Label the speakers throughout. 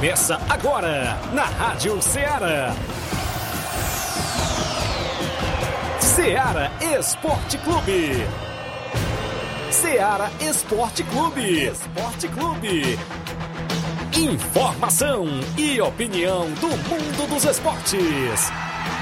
Speaker 1: Começa agora na Rádio Ceará. Ceará Esporte Clube. Ceará Esporte Clube. Esporte Clube. Informação e opinião do mundo dos esportes.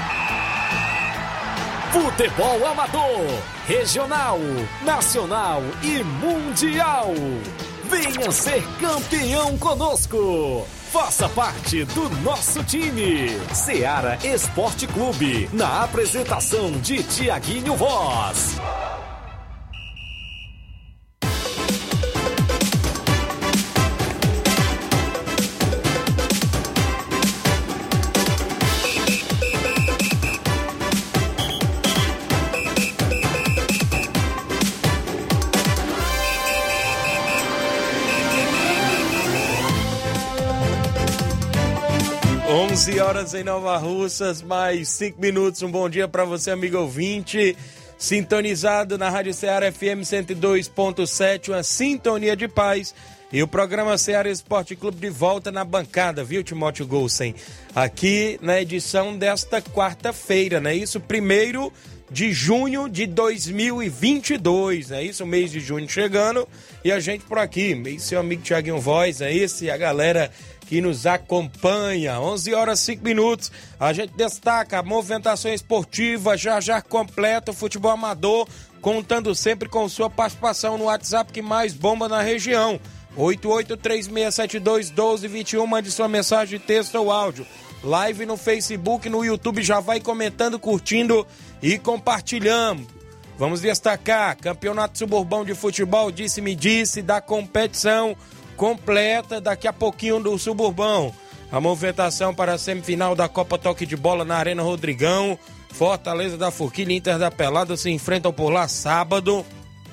Speaker 1: Futebol amador, regional, nacional e mundial. Venha ser campeão conosco. Faça parte do nosso time. Ceará Esporte Clube, na apresentação de Tiaguinho Voz.
Speaker 2: Horas em Nova Russas, mais 5 minutos. Um bom dia para você, amigo ouvinte, sintonizado na Rádio Ceará FM 102.7, uma sintonia de paz. E o programa Ceará Esporte Clube de volta na bancada, viu, Timóteo Golsen? Aqui na edição desta quarta-feira, não é isso? 1º de junho de 2022, é isso? O mês de junho chegando e a gente por aqui, seu amigo Tiaguinho Voz, é esse, a galera que nos acompanha. 11 horas 5 minutos, a gente destaca a movimentação esportiva, já completa o futebol amador, contando sempre com sua participação no WhatsApp que mais bomba na região, 8836721221, mande sua mensagem de texto ou áudio, live no Facebook, no YouTube, já vai comentando, curtindo e compartilhando. Vamos destacar, Campeonato Suburbão de Futebol, disse-me disse, da competição completa daqui a pouquinho do Suburbão. A movimentação para a semifinal da Copa Toque de Bola na Arena Rodrigão. Fortaleza da Forquilha e Inter da Pelada se enfrentam por lá sábado.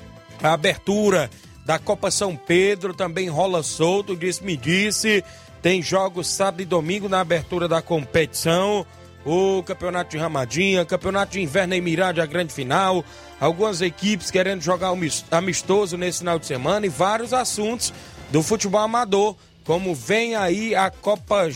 Speaker 2: A abertura da Copa São Pedro também rola solto, disse-me disse. Tem jogos sábado e domingo na abertura da competição. O Campeonato de Ramadinha, Campeonato de Inverno em Mirade, a grande final. Algumas equipes querendo jogar amistoso nesse final de semana e vários assuntos do futebol amador, como vem aí a Copa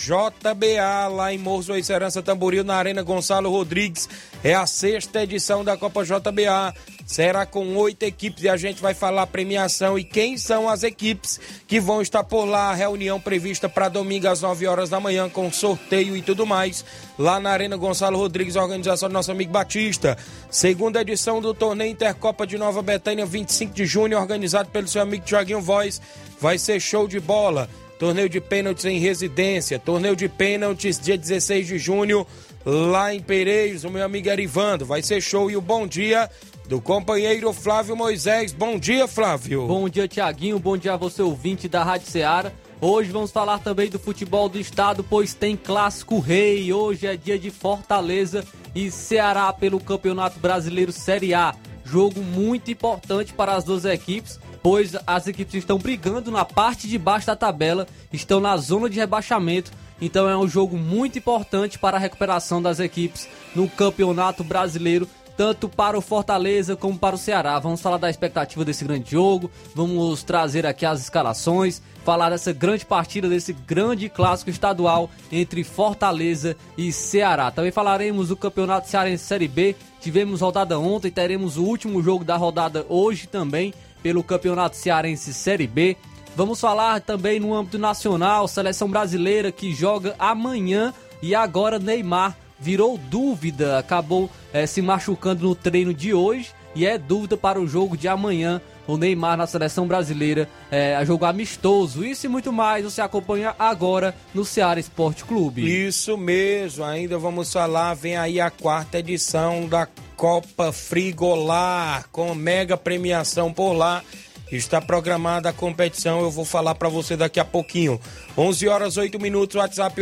Speaker 2: JBA lá em Morros do Serança Tamboril, na Arena Gonçalo Rodrigues. É a 6ª edição da Copa JBA. Será com 8 equipes e a gente vai falar a premiação e quem são as equipes que vão estar por lá. A reunião prevista para domingo às 9 horas da manhã com sorteio e tudo mais lá na Arena Gonçalo Rodrigues, organização do nosso amigo Batista. 2ª edição do torneio Intercopa de Nova Betânia, 25 de junho, organizado pelo seu amigo Tiaguinho Voz. Vai ser show de bola. Torneio de pênaltis em residência. Torneio de pênaltis dia 16 de junho lá em Pereiros. O meu amigo Erivando. Vai ser show. E o bom dia do companheiro Flávio Moisés. Bom dia, Flávio.
Speaker 3: Bom dia, Tiaguinho. Bom dia a você, ouvinte da Rádio Ceará. Hoje vamos falar também do futebol do estado, pois tem Clássico Rei. Hoje é dia de Fortaleza e Ceará pelo Campeonato Brasileiro Série A. Jogo muito importante para as duas equipes, pois as equipes estão brigando na parte de baixo da tabela, estão na zona de rebaixamento, então é um jogo muito importante para a recuperação das equipes no Campeonato Brasileiro, tanto para o Fortaleza como para o Ceará. Vamos falar da expectativa desse grande jogo, vamos trazer aqui as escalações, falar dessa grande partida, desse grande clássico estadual entre Fortaleza e Ceará. Também falaremos do Campeonato Cearense Série B, tivemos rodada ontem, teremos o último jogo da rodada hoje também, pelo Campeonato Cearense Série B. Vamos falar também no âmbito nacional, seleção brasileira que joga amanhã e agora Neymar virou dúvida, acabou se machucando no treino de hoje e é dúvida para o jogo de amanhã. O Neymar na seleção brasileira é jogo amistoso. Isso e muito mais você acompanha agora no Ceará Esporte Clube.
Speaker 2: Isso mesmo, ainda vamos falar, vem aí a 4ª edição da Copa Frigolar, com mega premiação por lá. Está programada a competição, eu vou falar para você daqui a pouquinho. 11 horas 8 minutos, WhatsApp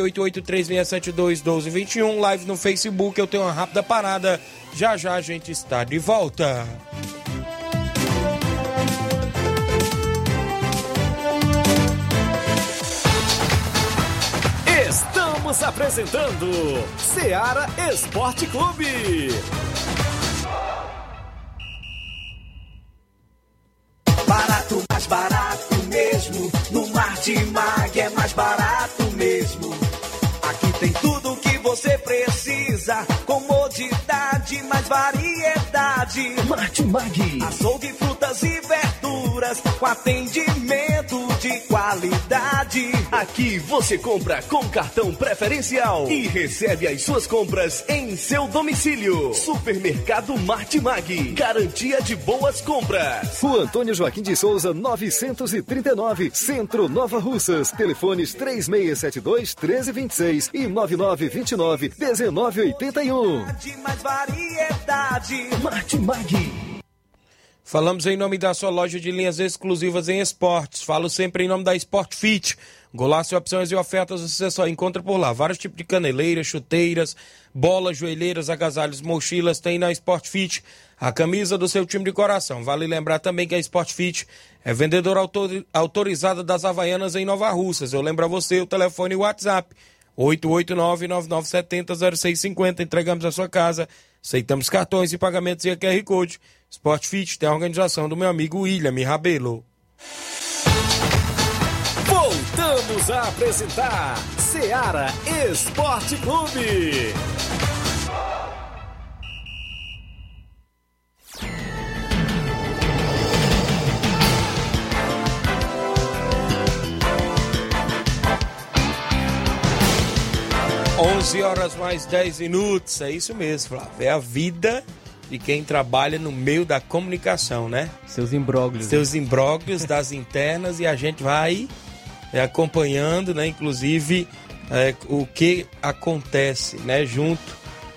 Speaker 2: 8836721221, live no Facebook, eu tenho uma rápida parada. Já a gente está de volta.
Speaker 1: Estamos apresentando Ceará Esporte Clube.
Speaker 4: Barato, mais barato mesmo. No Martimag é mais barato mesmo. variedade.
Speaker 5: Martimag.
Speaker 4: Açougue, frutas e verduras com atendimento de qualidade.
Speaker 5: Aqui você compra com cartão preferencial e recebe as suas compras em seu domicílio. Supermercado Martimag. Garantia de boas compras.
Speaker 6: Rua Antônio Joaquim de Souza, 939, Centro Nova Russas. Telefones 3672-1326 e 9929-1981.
Speaker 4: De mais variedade.
Speaker 5: Martimag.
Speaker 2: Falamos em nome da sua loja de linhas exclusivas em esportes. Falo sempre em nome da Sport Fit. Golaço, opções e ofertas você só encontra por lá. Vários tipos de caneleiras, chuteiras, bolas, joelheiras, agasalhos, mochilas tem na Sport Fit. A camisa do seu time de coração. Vale lembrar também que a Sport Fit é vendedora autorizada das Havaianas em Nova Russas. Eu lembro a você o telefone e o WhatsApp. 889-9970-0650. Entregamos a sua casa. Aceitamos cartões e pagamentos e a QR Code. Sport Fit tem a organização do meu amigo William Rabelo.
Speaker 1: Voltamos a apresentar Seara Esporte Clube.
Speaker 2: 11 horas mais 10 minutos, é isso mesmo, Flávio. É a vida de quem trabalha no meio da comunicação, né?
Speaker 3: Seus imbróglios.
Speaker 2: Seus imbróglios das internas e a gente vai acompanhando, né? Inclusive o que acontece, né? Junto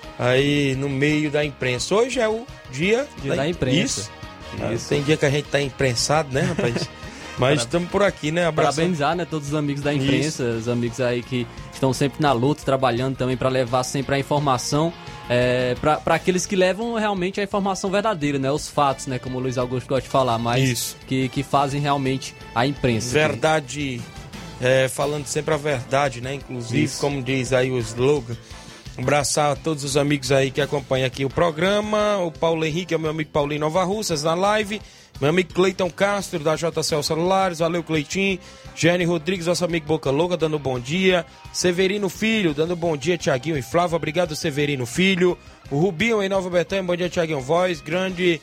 Speaker 2: aí no meio da imprensa. Hoje é o dia
Speaker 3: da imprensa.
Speaker 2: Isso. Tem dia que a gente tá imprensado, né, rapaz? Mas estamos por aqui, né?
Speaker 3: Parabenizar, né, todos os amigos da imprensa, os amigos aí que estão sempre na luta, trabalhando também para levar sempre a informação, para aqueles que levam realmente a informação verdadeira, né, os fatos, né, como o Luiz Augusto gosta de falar, mas que fazem realmente a imprensa.
Speaker 2: Verdade, falando sempre a verdade, né, inclusive, como diz aí o slogan. Abraçar a todos os amigos aí que acompanham aqui o programa, o Paulo Henrique, é o meu amigo Paulinho Nova Russas na live, meu amigo Cleiton Castro da JCL Celulares, valeu Cleitinho, Jenny Rodrigues, nosso amigo Boca Louca, dando bom dia, Severino Filho, dando bom dia, Tiaguinho e Flávio, obrigado Severino Filho, o Rubinho em Nova Betânia, bom dia Tiaguinho Voz, grande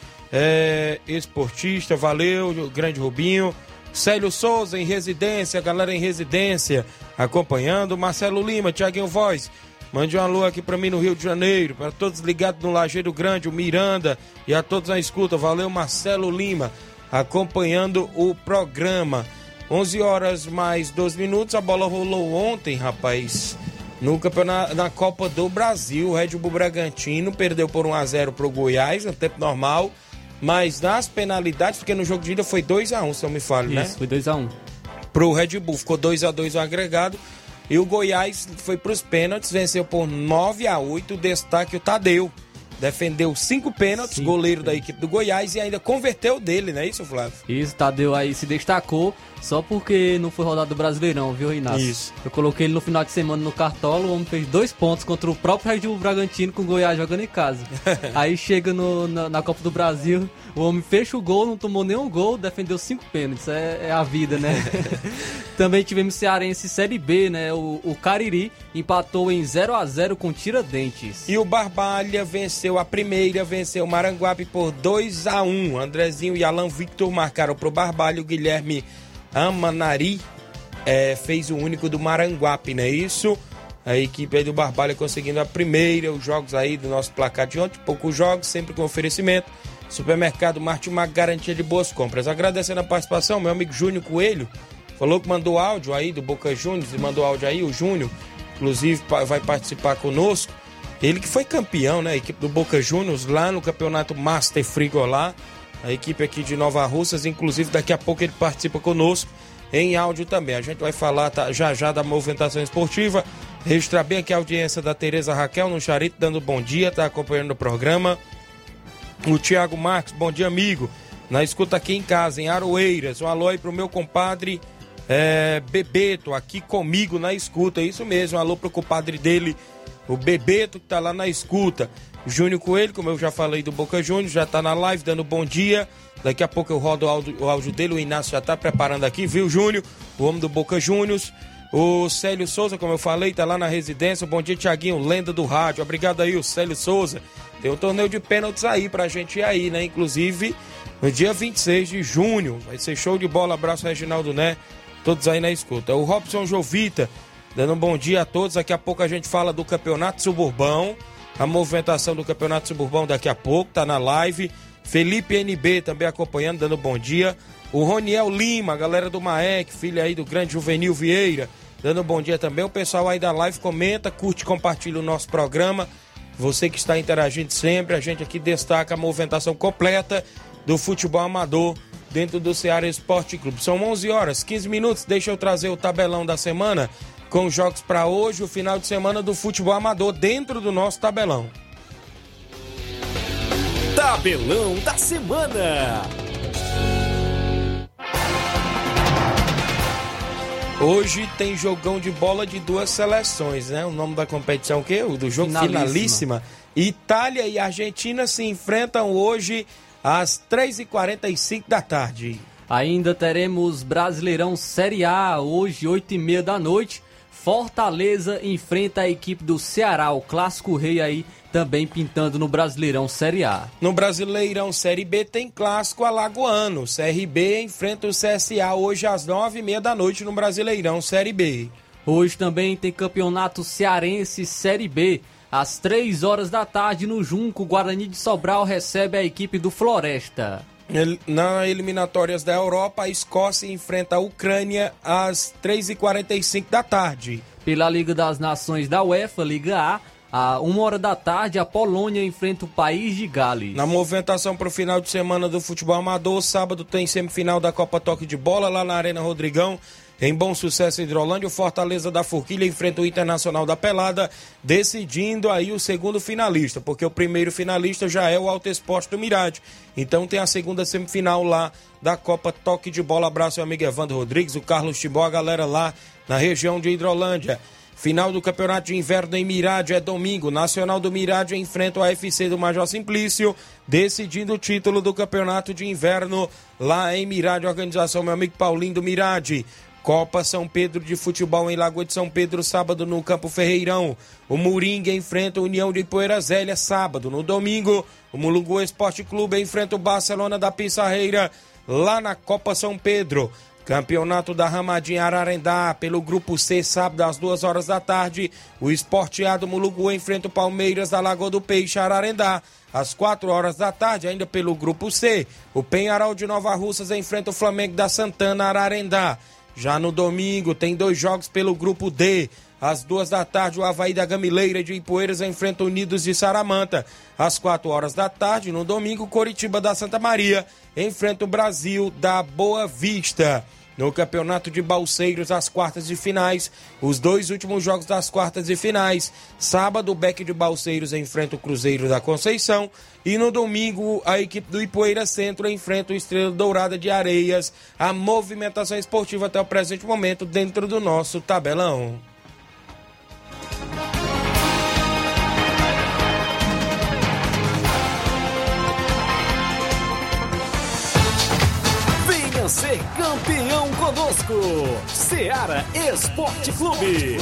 Speaker 2: esportista, valeu, grande Rubinho, Célio Souza em residência, galera em residência, acompanhando, Marcelo Lima, Tiaguinho Voz, mande um alô aqui pra mim no Rio de Janeiro, para todos ligados no Lajeiro Grande, o Miranda e a todos na escuta. Valeu, Marcelo Lima, acompanhando o programa. 11 horas mais 12 minutos, a bola rolou ontem, rapaz, no campeonato, na Copa do Brasil. O Red Bull Bragantino perdeu por 1-0 pro Goiás, no tempo normal, mas nas penalidades, porque no jogo de ida foi 2-1, se eu me falo, né?
Speaker 3: Isso, foi 2-1.
Speaker 2: Pro Red Bull, ficou 2-2 o agregado. E o Goiás foi para os pênaltis, venceu por 9-8, o destaque o Tadeu. Defendeu 5 pênaltis, goleiro da equipe do Goiás, e ainda converteu dele, não é isso, Flávio?
Speaker 3: Isso, Tadeu aí se destacou, só porque não foi rodado do Brasileirão, viu, Inácio?
Speaker 2: Isso.
Speaker 3: Eu coloquei ele no final de semana no Cartola, o homem fez 2 pontos contra o próprio Red Bull Bragantino, com o Goiás jogando em casa. Aí chega na Copa do Brasil, o homem fecha o gol, não tomou nenhum gol, defendeu 5 pênaltis, é a vida, né? Também tivemos Cearense Série B, né? O Cariri empatou em 0-0 com Tiradentes.
Speaker 2: E o Barbalha venceu a primeira, venceu o Maranguape por 2-1. Andrezinho e Alan Victor marcaram pro Barbalha, o Guilherme Amanari fez o único do Maranguape, não é isso? A equipe aí do Barbalha conseguindo a primeira, os jogos aí do nosso placar de ontem, poucos jogos, sempre com oferecimento. Supermercado Martimag, garantia de boas compras. Agradecendo a participação, meu amigo Júnior Coelho, falou que mandou áudio aí do Boca Juniors, e mandou áudio aí, o Júnior, inclusive vai participar conosco. Ele que foi campeão, né, a equipe do Boca Juniors lá no campeonato Master Frigolá, a equipe aqui de Nova Russas, inclusive daqui a pouco ele participa conosco em áudio também. A gente vai falar já da movimentação esportiva, registrar bem aqui a audiência da Tereza Raquel no Charito, dando bom dia, tá acompanhando o programa. O Thiago Marques, bom dia amigo, na escuta aqui em casa, em Aroeiras, um alô aí pro meu compadre Bebeto, aqui comigo na escuta, isso mesmo, um alô pro compadre dele, o Bebeto, que tá lá na escuta. Júnior Coelho, como eu já falei do Boca Juniors, já tá na live dando bom dia. Daqui a pouco eu rodo o áudio dele, o Inácio já tá preparando aqui, viu, Júnior? O homem do Boca Juniors. O Célio Souza, como eu falei, tá lá na residência. Bom dia, Tiaguinho, lenda do rádio. Obrigado aí, o Célio Souza. Tem um torneio de pênaltis aí pra gente ir aí, né? Inclusive, no dia 26 de junho. Vai ser show de bola. Abraço, Reginaldo, né? Todos aí na escuta. O Robson Jovita, dando um bom dia a todos. Daqui a pouco a gente fala do Campeonato Suburbão. A movimentação do Campeonato Suburbão daqui a pouco, tá na live. Felipe NB também acompanhando, dando bom dia. O Roniel Lima, a galera do Maek, filho aí do grande Juvenil Vieira, dando bom dia também. O pessoal aí da live comenta, curte, compartilha o nosso programa. Você que está interagindo sempre, a gente aqui destaca a movimentação completa do futebol amador dentro do Ceará Esporte Clube. São 11 horas, 15 minutos, deixa eu trazer o tabelão da semana com os jogos para hoje, o final de semana do futebol amador dentro do nosso tabelão.
Speaker 1: Tabelão da semana.
Speaker 2: Hoje tem jogão de bola de duas seleções, né? O nome da competição é o quê? O do jogo finalíssima. Itália e Argentina se enfrentam hoje às 3h45 da tarde.
Speaker 3: Ainda teremos Brasileirão Série A, hoje, 8h30 da noite. Fortaleza enfrenta a equipe do Ceará, o Clássico Rei aí, também pintando no Brasileirão Série A.
Speaker 2: No Brasileirão Série B tem Clássico Alagoano. CRB enfrenta o CSA hoje às 9h30 da noite no Brasileirão Série B.
Speaker 3: Hoje também tem Campeonato Cearense Série B. Às 3 horas da tarde no Junco, o Guarani de Sobral recebe a equipe do Floresta.
Speaker 2: Nas eliminatórias da Europa, a Escócia enfrenta a Ucrânia às 3h45 da tarde.
Speaker 3: Pela Liga das Nações da UEFA, Liga A, à 1h da tarde, a Polônia enfrenta o País de Gales.
Speaker 2: Na movimentação para o final de semana do futebol amador, sábado tem semifinal da Copa Toque de Bola lá na Arena Rodrigão. Em Bom Sucesso, Hidrolândia, o Fortaleza da Forquilha enfrenta o Internacional da Pelada, decidindo aí o segundo finalista, porque o primeiro finalista já é o Alto Esporte do Mirade. Então tem a segunda semifinal lá da Copa Toque de Bola. Abraço ao amigo Evandro Rodrigues, o Carlos Timbó, a galera lá na região de Hidrolândia. Final do Campeonato de Inverno em Mirade é domingo. Nacional do Mirade enfrenta o AFC do Major Simplício, decidindo o título do Campeonato de Inverno lá em Mirade. Organização meu amigo Paulinho do Mirade. Copa São Pedro de Futebol em Lagoa de São Pedro, sábado no Campo Ferreirão. O Moringa enfrenta a União de Poeira Zélia, sábado. No domingo, o Mulungu Esporte Clube enfrenta o Barcelona da Pissarreira, lá na Copa São Pedro. Campeonato da Ramadinha Ararendá, pelo Grupo C, sábado às 2 horas da tarde. O Esporte A do Mulungu enfrenta o Palmeiras da Lagoa do Peixe, Ararendá. Às 4 horas da tarde, ainda pelo Grupo C, o Penharol de Nova Russas enfrenta o Flamengo da Santana, Ararendá. Já no domingo, tem 2 jogos pelo Grupo D. Às 2 da tarde, o Avaí da Gamileira de Ipueiras enfrenta o Unidos de Saramanta. Às 4 horas da tarde, no domingo, Coritiba da Santa Maria enfrenta o Brasil da Boa Vista. No Campeonato de Balseiros, as quartas de finais, os 2 últimos jogos das quartas de finais. Sábado, o Beck de Balseiros enfrenta o Cruzeiro da Conceição. E no domingo, a equipe do Ipueira Centro enfrenta o Estrela Dourada de Areias. A movimentação esportiva até o presente momento dentro do nosso tabelão.
Speaker 1: Venha ser campeão conosco. Ceará Esporte Clube.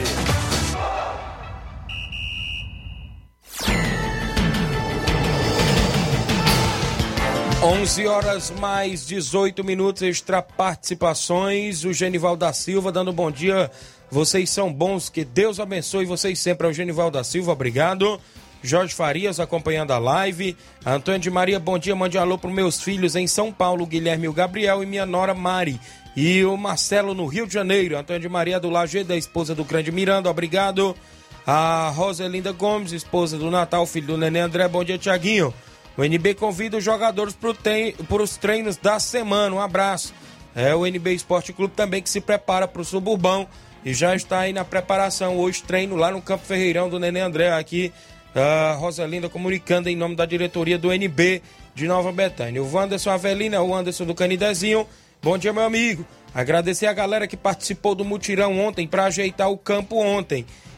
Speaker 2: 11 horas mais 18 minutos, extra participações. O Genival da Silva dando bom dia. Vocês são bons, que Deus abençoe vocês sempre. É o Genival da Silva, obrigado. Jorge Farias acompanhando a live. Antônio de Maria, bom dia. Mande um alô para meus filhos em São Paulo, Guilherme e o Gabriel, e minha nora Mari. E o Marcelo no Rio de Janeiro. Antônio de Maria do Lajeado, da esposa do grande Miranda, obrigado. A Roselinda Gomes, esposa do Natal, filho do Nenê André, bom dia, Tiaguinho. O NB convida os jogadores para os treinos da semana. Um abraço. É o NB Esporte Clube também que se prepara para o Suburbão e já está aí na preparação. Hoje treino lá no Campo Ferreirão do Nenê André. Aqui a Rosalinda comunicando em nome da diretoria do NB de Nova Betânia. O Wanderson Avelina, o Anderson do Canidezinho. Bom dia, meu amigo. Agradecer a galera que participou do mutirão ontem para ajeitar o campo ontem.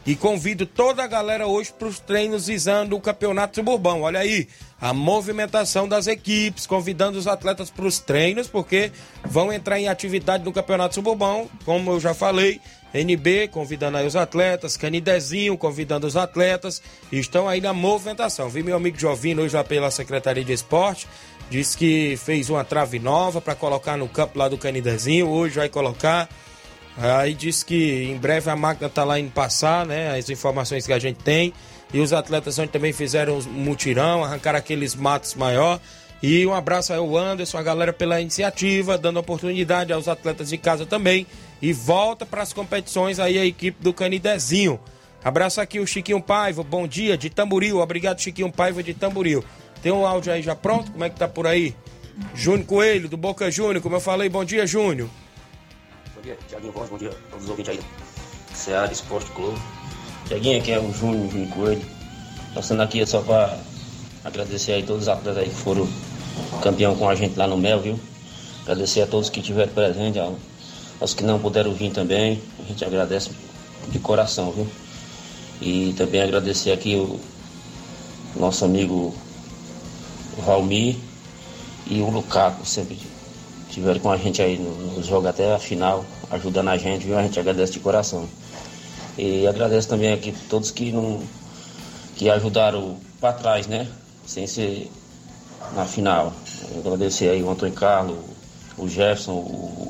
Speaker 2: e convido toda a galera hoje para os treinos visando o Campeonato Suburbão. Olha aí, a movimentação das equipes, convidando os atletas para os treinos, porque vão entrar em atividade no Campeonato Suburbão, como eu já falei. NB convidando aí os atletas, Canidezinho convidando os atletas, estão aí na movimentação. Vi meu amigo Jovino hoje lá pela Secretaria de Esporte, disse que fez uma trave nova para colocar no campo lá do Canidezinho, hoje vai colocar. Aí disse que em breve a máquina tá lá indo passar, né, as informações que a gente tem. E os atletas ontem também fizeram um mutirão, arrancaram aqueles matos maior. E um abraço aí ao Anderson, a galera pela iniciativa, dando oportunidade aos atletas de casa também. E volta para as competições aí a equipe do Canidezinho. Abraço aqui o Chiquinho Paiva, bom dia, de Tamboril. Obrigado, Chiquinho Paiva de Tamboril. Tem um áudio aí já pronto? Como é que tá por aí? Júnior Coelho, do Boca Júnior, como eu falei, bom dia, Júnior.
Speaker 7: Bom dia, Tiaguinho Voz, bom dia a todos os ouvintes aí do Ceará Esporte Clube. Tiaguinho, aqui é o Júnior Coelho. Passando aqui só para agradecer aí todos os atletas aí que foram campeão com a gente lá no Mel, viu? Agradecer a todos que estiveram presentes, aos que não puderam vir também, a gente agradece de coração, viu? E também agradecer aqui o nosso amigo Valmir e o Lukaku, sempre estiveram com a gente aí no jogo até a final, ajudando a gente, viu? A gente agradece de coração. E agradeço também aqui todos que ajudaram para trás, né? Sem ser na final. Agradecer aí o Antônio Carlos, o Jefferson,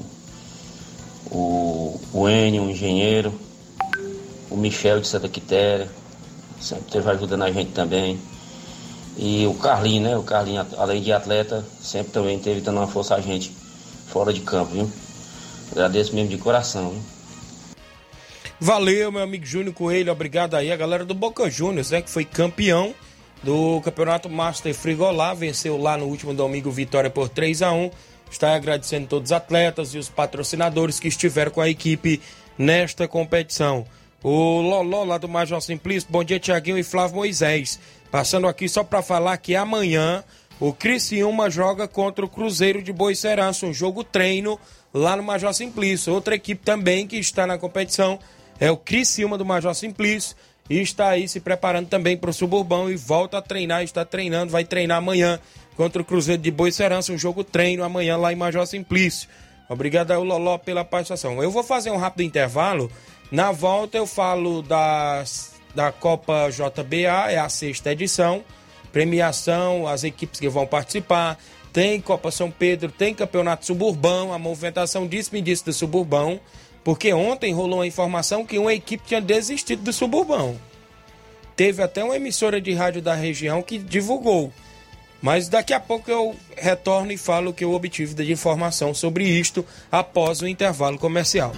Speaker 7: o Enio, o engenheiro, o Michel de Santa Quitéria, sempre esteve ajudando a gente também. E o Carlinho, né? O Carlinho, além de atleta, sempre também esteve dando uma força a gente fora de campo, viu? Agradeço mesmo de coração, viu?
Speaker 2: Valeu, meu amigo Júnior Coelho, obrigado aí. A galera do Boca Juniors, né? Que foi campeão do Campeonato Master Frigolá, venceu lá no último domingo Vitória por 3-1. Está agradecendo todos os atletas e os patrocinadores que estiveram com a equipe nesta competição. O Loló lá do Major Simplício, bom dia Tiaguinho e Flávio Moisés. Passando aqui só para falar que amanhã o Criciúma joga contra o Cruzeiro de Boicerança, um jogo treino lá no Major Simplício. Outra equipe também que está na competição é o Criciúma do Major Simplício e está aí se preparando também para o Suburbão e volta a treinar, está treinando, vai treinar amanhã contra o Cruzeiro de Boicerança, um jogo treino amanhã lá em Major Simplício. Obrigado ao Loló pela participação. Eu vou fazer um rápido intervalo. Na volta eu falo da Copa JBA, é a 6ª edição. Premiação, as equipes que vão participar. Tem Copa São Pedro, tem Campeonato Suburbão. A movimentação disse-me disse do Suburbão. Porque ontem rolou a informação que uma equipe tinha desistido do Suburbão. Teve até uma emissora de rádio da região que divulgou. Mas daqui a pouco eu retorno e falo o que eu obtive de informação sobre isto após o intervalo comercial.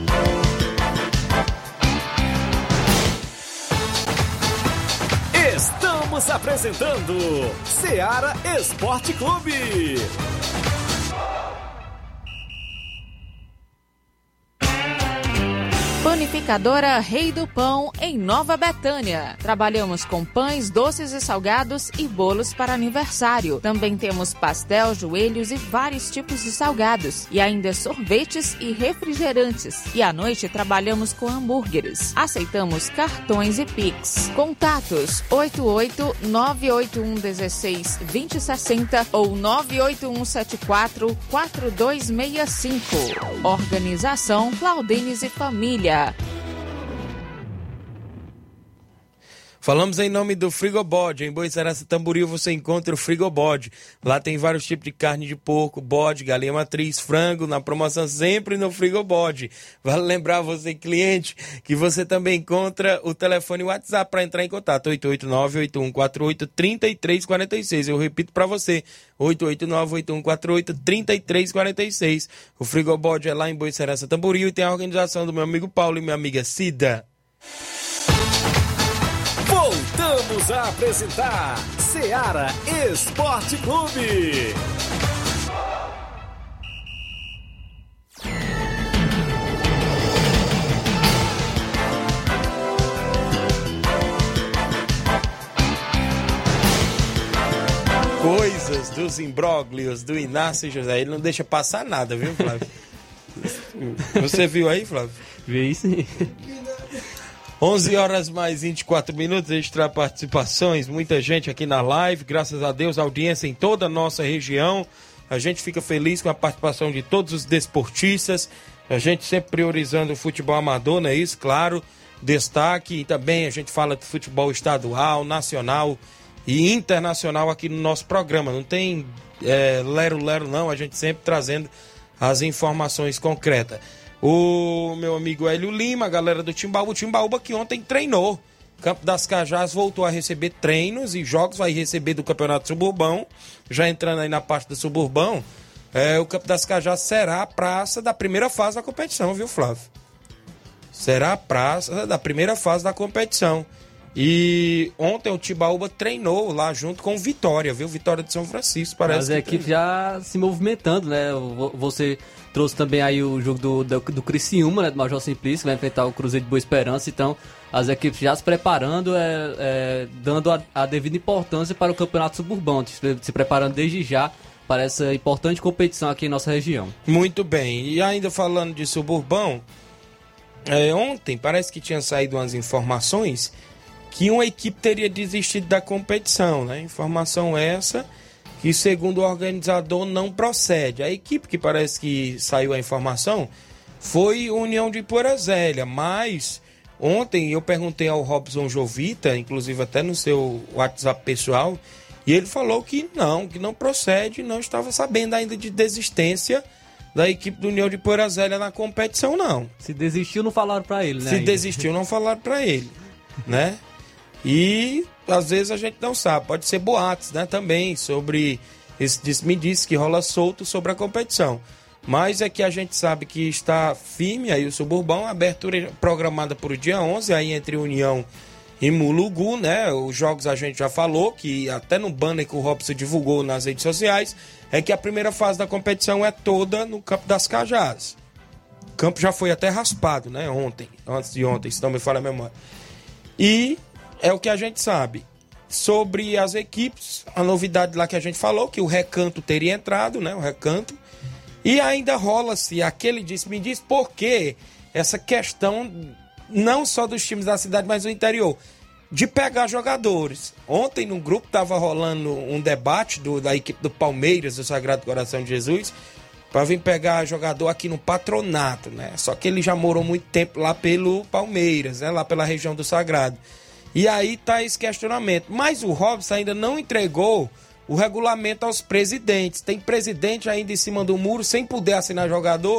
Speaker 1: Estamos apresentando Ceará Esporte Clube.
Speaker 8: Panificadora Rei do Pão, em Nova Betânia. Trabalhamos com pães, doces e salgados e bolos para aniversário. Também temos pastel, joelhos e vários tipos de salgados. E ainda sorvetes e refrigerantes. E à noite trabalhamos com hambúrgueres. Aceitamos cartões e Pix. Contatos 88-981-16-2060 ou 981-74-4265. Organização Claudines e Família.
Speaker 2: Falamos em nome do Frigobode. Em Boicerança Tamboril você encontra o Frigobode. Lá tem vários tipos de carne de porco, bode, galinha matriz, frango, na promoção sempre no Frigobode. Vale lembrar você, cliente, que você também encontra o telefone e o WhatsApp para entrar em contato. 889-8148-3346. Eu repito para você, 889-8148-3346. O Frigobode é lá em Boicerança Tamboril e tem a organização do meu amigo Paulo e minha amiga Cida.
Speaker 1: Voltamos a apresentar Ceará Esporte Clube.
Speaker 2: 'Coisas dos imbróglios do Inácio José. Ele não deixa passar nada, viu, Flávio? Você viu aí, Flávio?
Speaker 3: Vi sim.
Speaker 2: 11 horas mais 24 minutos, extra participações, muita gente aqui na live, graças a Deus, audiência em toda a nossa região. A gente fica feliz com a participação de todos os desportistas, a gente sempre priorizando o futebol amador, não é isso? Claro, destaque, e também a gente fala de futebol estadual, nacional e internacional aqui no nosso programa. Não tem lero-lero não, a gente sempre trazendo as informações concretas. O meu amigo Hélio Lima, a galera do Timbaúba, o Timbaúba que ontem treinou. Campo das Cajás voltou a receber treinos e jogos, vai receber do Campeonato Suburbão. Já entrando aí na parte do Suburbão, o Campo das Cajás será a praça da primeira fase da competição, viu, Flávio? Será a praça da primeira fase da competição. E ontem o Timbaúba treinou lá junto com o Vitória, viu? Vitória de São Francisco, parece.
Speaker 3: As equipes já se movimentando, né? Você trouxe também aí o jogo do Criciúma, né? Do Major Simplício, que vai enfrentar o Cruzeiro de Boa Esperança. Então, as equipes já se preparando, dando a devida importância para o Campeonato Suburbão, se preparando desde já para essa importante competição aqui em nossa região.
Speaker 2: Muito bem. E ainda falando de Suburbão, ontem parece que tinha saído umas informações que uma equipe teria desistido da competição, né? Informação essa que, segundo o organizador, não procede. A equipe que parece que saiu a informação foi União de Ipoeira Zélia, mas ontem eu perguntei ao Robson Jovita, inclusive até no seu WhatsApp pessoal, e ele falou que não procede, não estava sabendo ainda de desistência da equipe do União de Ipoeira Zélia na competição, não.
Speaker 3: Se desistiu, não falaram para ele, né?
Speaker 2: Se desistiu, não falaram para ele, né? E às vezes a gente não sabe, pode ser boatos, né, também, sobre esse disse-me-disse que rola solto sobre a competição. Mas é que a gente sabe que está firme aí o Suburbão, a abertura programada para o dia 11, aí entre União e Mulugu, né? Os jogos a gente já falou, que até no banner que o Robson divulgou nas redes sociais, é que a primeira fase da competição é toda no Campo das Cajás. O campo já foi até raspado, né, antes de ontem, se não me falha a memória. E é o que a gente sabe. Sobre as equipes, a novidade lá que a gente falou, que o Recanto teria entrado, né? O Recanto. E ainda rola-se aquele disse-me-disse, porque essa questão, não só dos times da cidade, mas do interior, de pegar jogadores. Ontem no grupo estava rolando um debate da equipe do Palmeiras, do Sagrado Coração de Jesus, para vir pegar jogador aqui no Patronato, né? Só que ele já morou muito tempo lá pelo Palmeiras, né? Lá pela região do Sagrado. E aí tá esse questionamento. Mas o Robson ainda não entregou o regulamento aos presidentes. Tem presidente ainda em cima do muro sem poder assinar jogador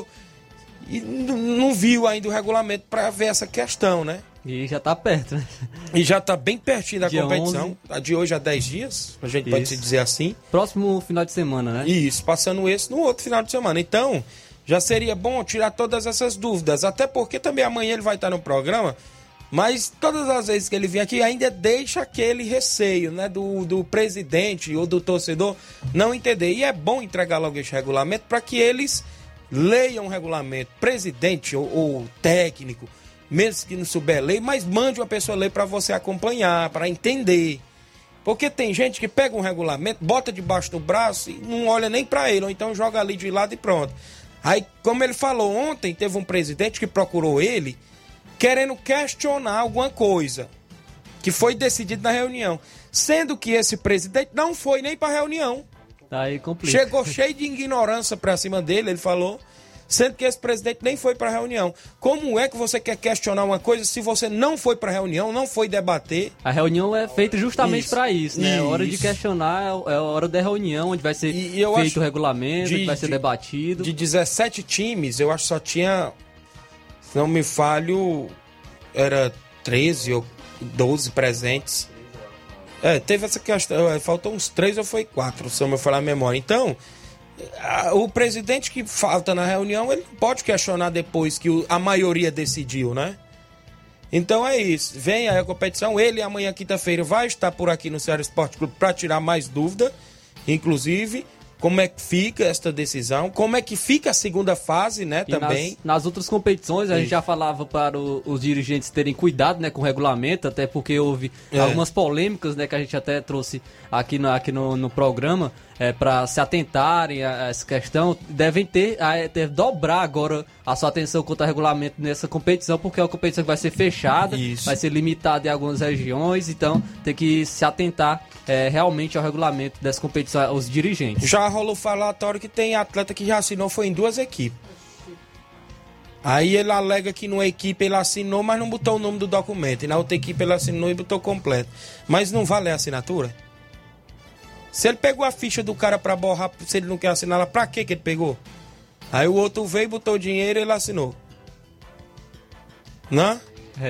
Speaker 2: e não viu ainda o regulamento para ver essa questão, né?
Speaker 3: E já tá perto, né?
Speaker 2: E já tá bem pertinho da
Speaker 3: dia
Speaker 2: competição.
Speaker 3: 11.
Speaker 2: De hoje a 10 dias, a gente pode se dizer assim.
Speaker 3: Próximo final de semana, né?
Speaker 2: Isso, passando esse no outro final de semana. Então, já seria bom tirar todas essas dúvidas. Até porque também amanhã ele vai estar no programa. Mas todas as vezes que ele vem aqui ainda deixa aquele receio, né, do presidente ou do torcedor não entender. E é bom entregar logo esse regulamento para que eles leiam o regulamento. Presidente ou técnico, mesmo que não souber ler, mas mande uma pessoa ler para você acompanhar, para entender. Porque tem gente que pega um regulamento, bota debaixo do braço e não olha nem para ele, ou então joga ali de lado e pronto. Aí, como ele falou ontem, teve um presidente que procurou ele querendo questionar alguma coisa que foi decidido na reunião, sendo que esse presidente não foi nem para a reunião.
Speaker 3: Aí complica.
Speaker 2: Chegou cheio de ignorância para cima dele, ele falou, sendo que esse presidente nem foi para a reunião. Como é que você quer questionar uma coisa se você não foi para a reunião, não foi debater?
Speaker 3: A reunião é feita justamente para isso, né? A hora de questionar é a hora da reunião, onde vai ser feito o regulamento, onde vai ser debatido. De
Speaker 2: 17 times, eu acho que só tinha, se não me falho, era 13 ou 12 presentes. Teve essa questão, faltou uns 3 ou foi 4, se eu me falar a memória. Então, o presidente que falta na reunião, ele pode questionar depois que a maioria decidiu, né? Então é isso, vem aí a competição, ele amanhã, quinta-feira, vai estar por aqui no Ceará Esporte Clube para tirar mais dúvida, inclusive como é que fica esta decisão, como é que fica a segunda fase, né,
Speaker 3: e
Speaker 2: também.
Speaker 3: Nas outras competições, a gente já falava para os dirigentes terem cuidado, né, com o regulamento, até porque houve algumas polêmicas, né, que a gente até trouxe aqui no programa, para se atentarem a essa questão, deve dobrar agora a sua atenção quanto ao regulamento nessa competição, porque é uma competição que vai ser fechada, vai ser limitada em algumas regiões, então tem que se atentar realmente ao regulamento dessa competição, os dirigentes.
Speaker 2: Já rolou falatório que tem atleta que já assinou, foi em 2 equipes. Aí ele alega que numa equipe ele assinou, mas não botou o nome do documento, e na outra equipe ele assinou e botou completo. Mas não vale a assinatura? Se ele pegou a ficha do cara pra borrar, se ele não quer assinar, pra que ele pegou? Aí o outro veio, botou o dinheiro e ele assinou. Não?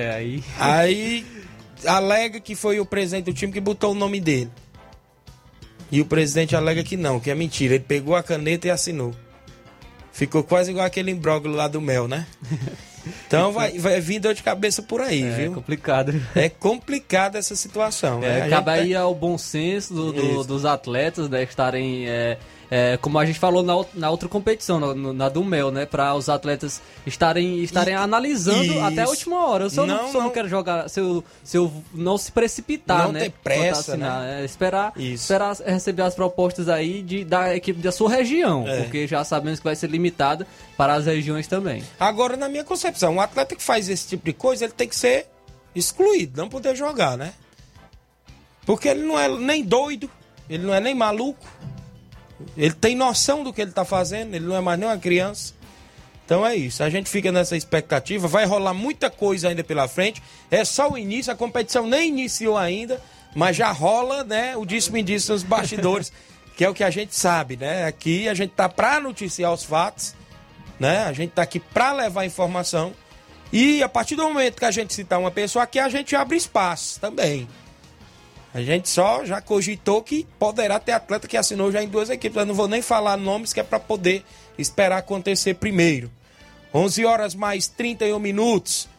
Speaker 2: Aí alega que foi o presidente do time que botou o nome dele. E o presidente alega que não, que é mentira. Ele pegou a caneta e assinou. Ficou quase igual aquele imbróglio lá do Mel, né? Então vai vir dor de cabeça por aí, viu?
Speaker 3: É complicado.
Speaker 2: É complicada essa situação.
Speaker 3: Cabe aí ao bom senso dos atletas, né, estarem... como a gente falou na outra competição, na do Mel, né? Para os atletas estarem analisando até a última hora. Se eu não quero jogar, se eu não se precipitar,
Speaker 2: não
Speaker 3: né?
Speaker 2: Ter pressa,
Speaker 3: né? Esperar receber as propostas aí da equipe da sua região, porque já sabemos que vai ser limitada para as regiões também.
Speaker 2: Agora, na minha concepção, um atleta que faz esse tipo de coisa, ele tem que ser excluído, não poder jogar, né? Porque ele não é nem doido, ele não é nem maluco. Ele tem noção do que ele está fazendo, ele não é mais nem uma criança. Então é isso, a gente fica nessa expectativa, vai rolar muita coisa ainda pela frente, é só o início, a competição nem iniciou ainda, mas já rola, né, o disse-me-disse nos bastidores, que é o que a gente sabe, né? Aqui a gente tá para noticiar os fatos, né? A gente tá aqui para levar informação, e a partir do momento que a gente citar uma pessoa aqui, a gente abre espaço também. A gente só já cogitou que poderá ter atleta que assinou já em 2 equipes. Eu não vou nem falar nomes, que é para poder esperar acontecer primeiro. 11 horas mais 31 minutos.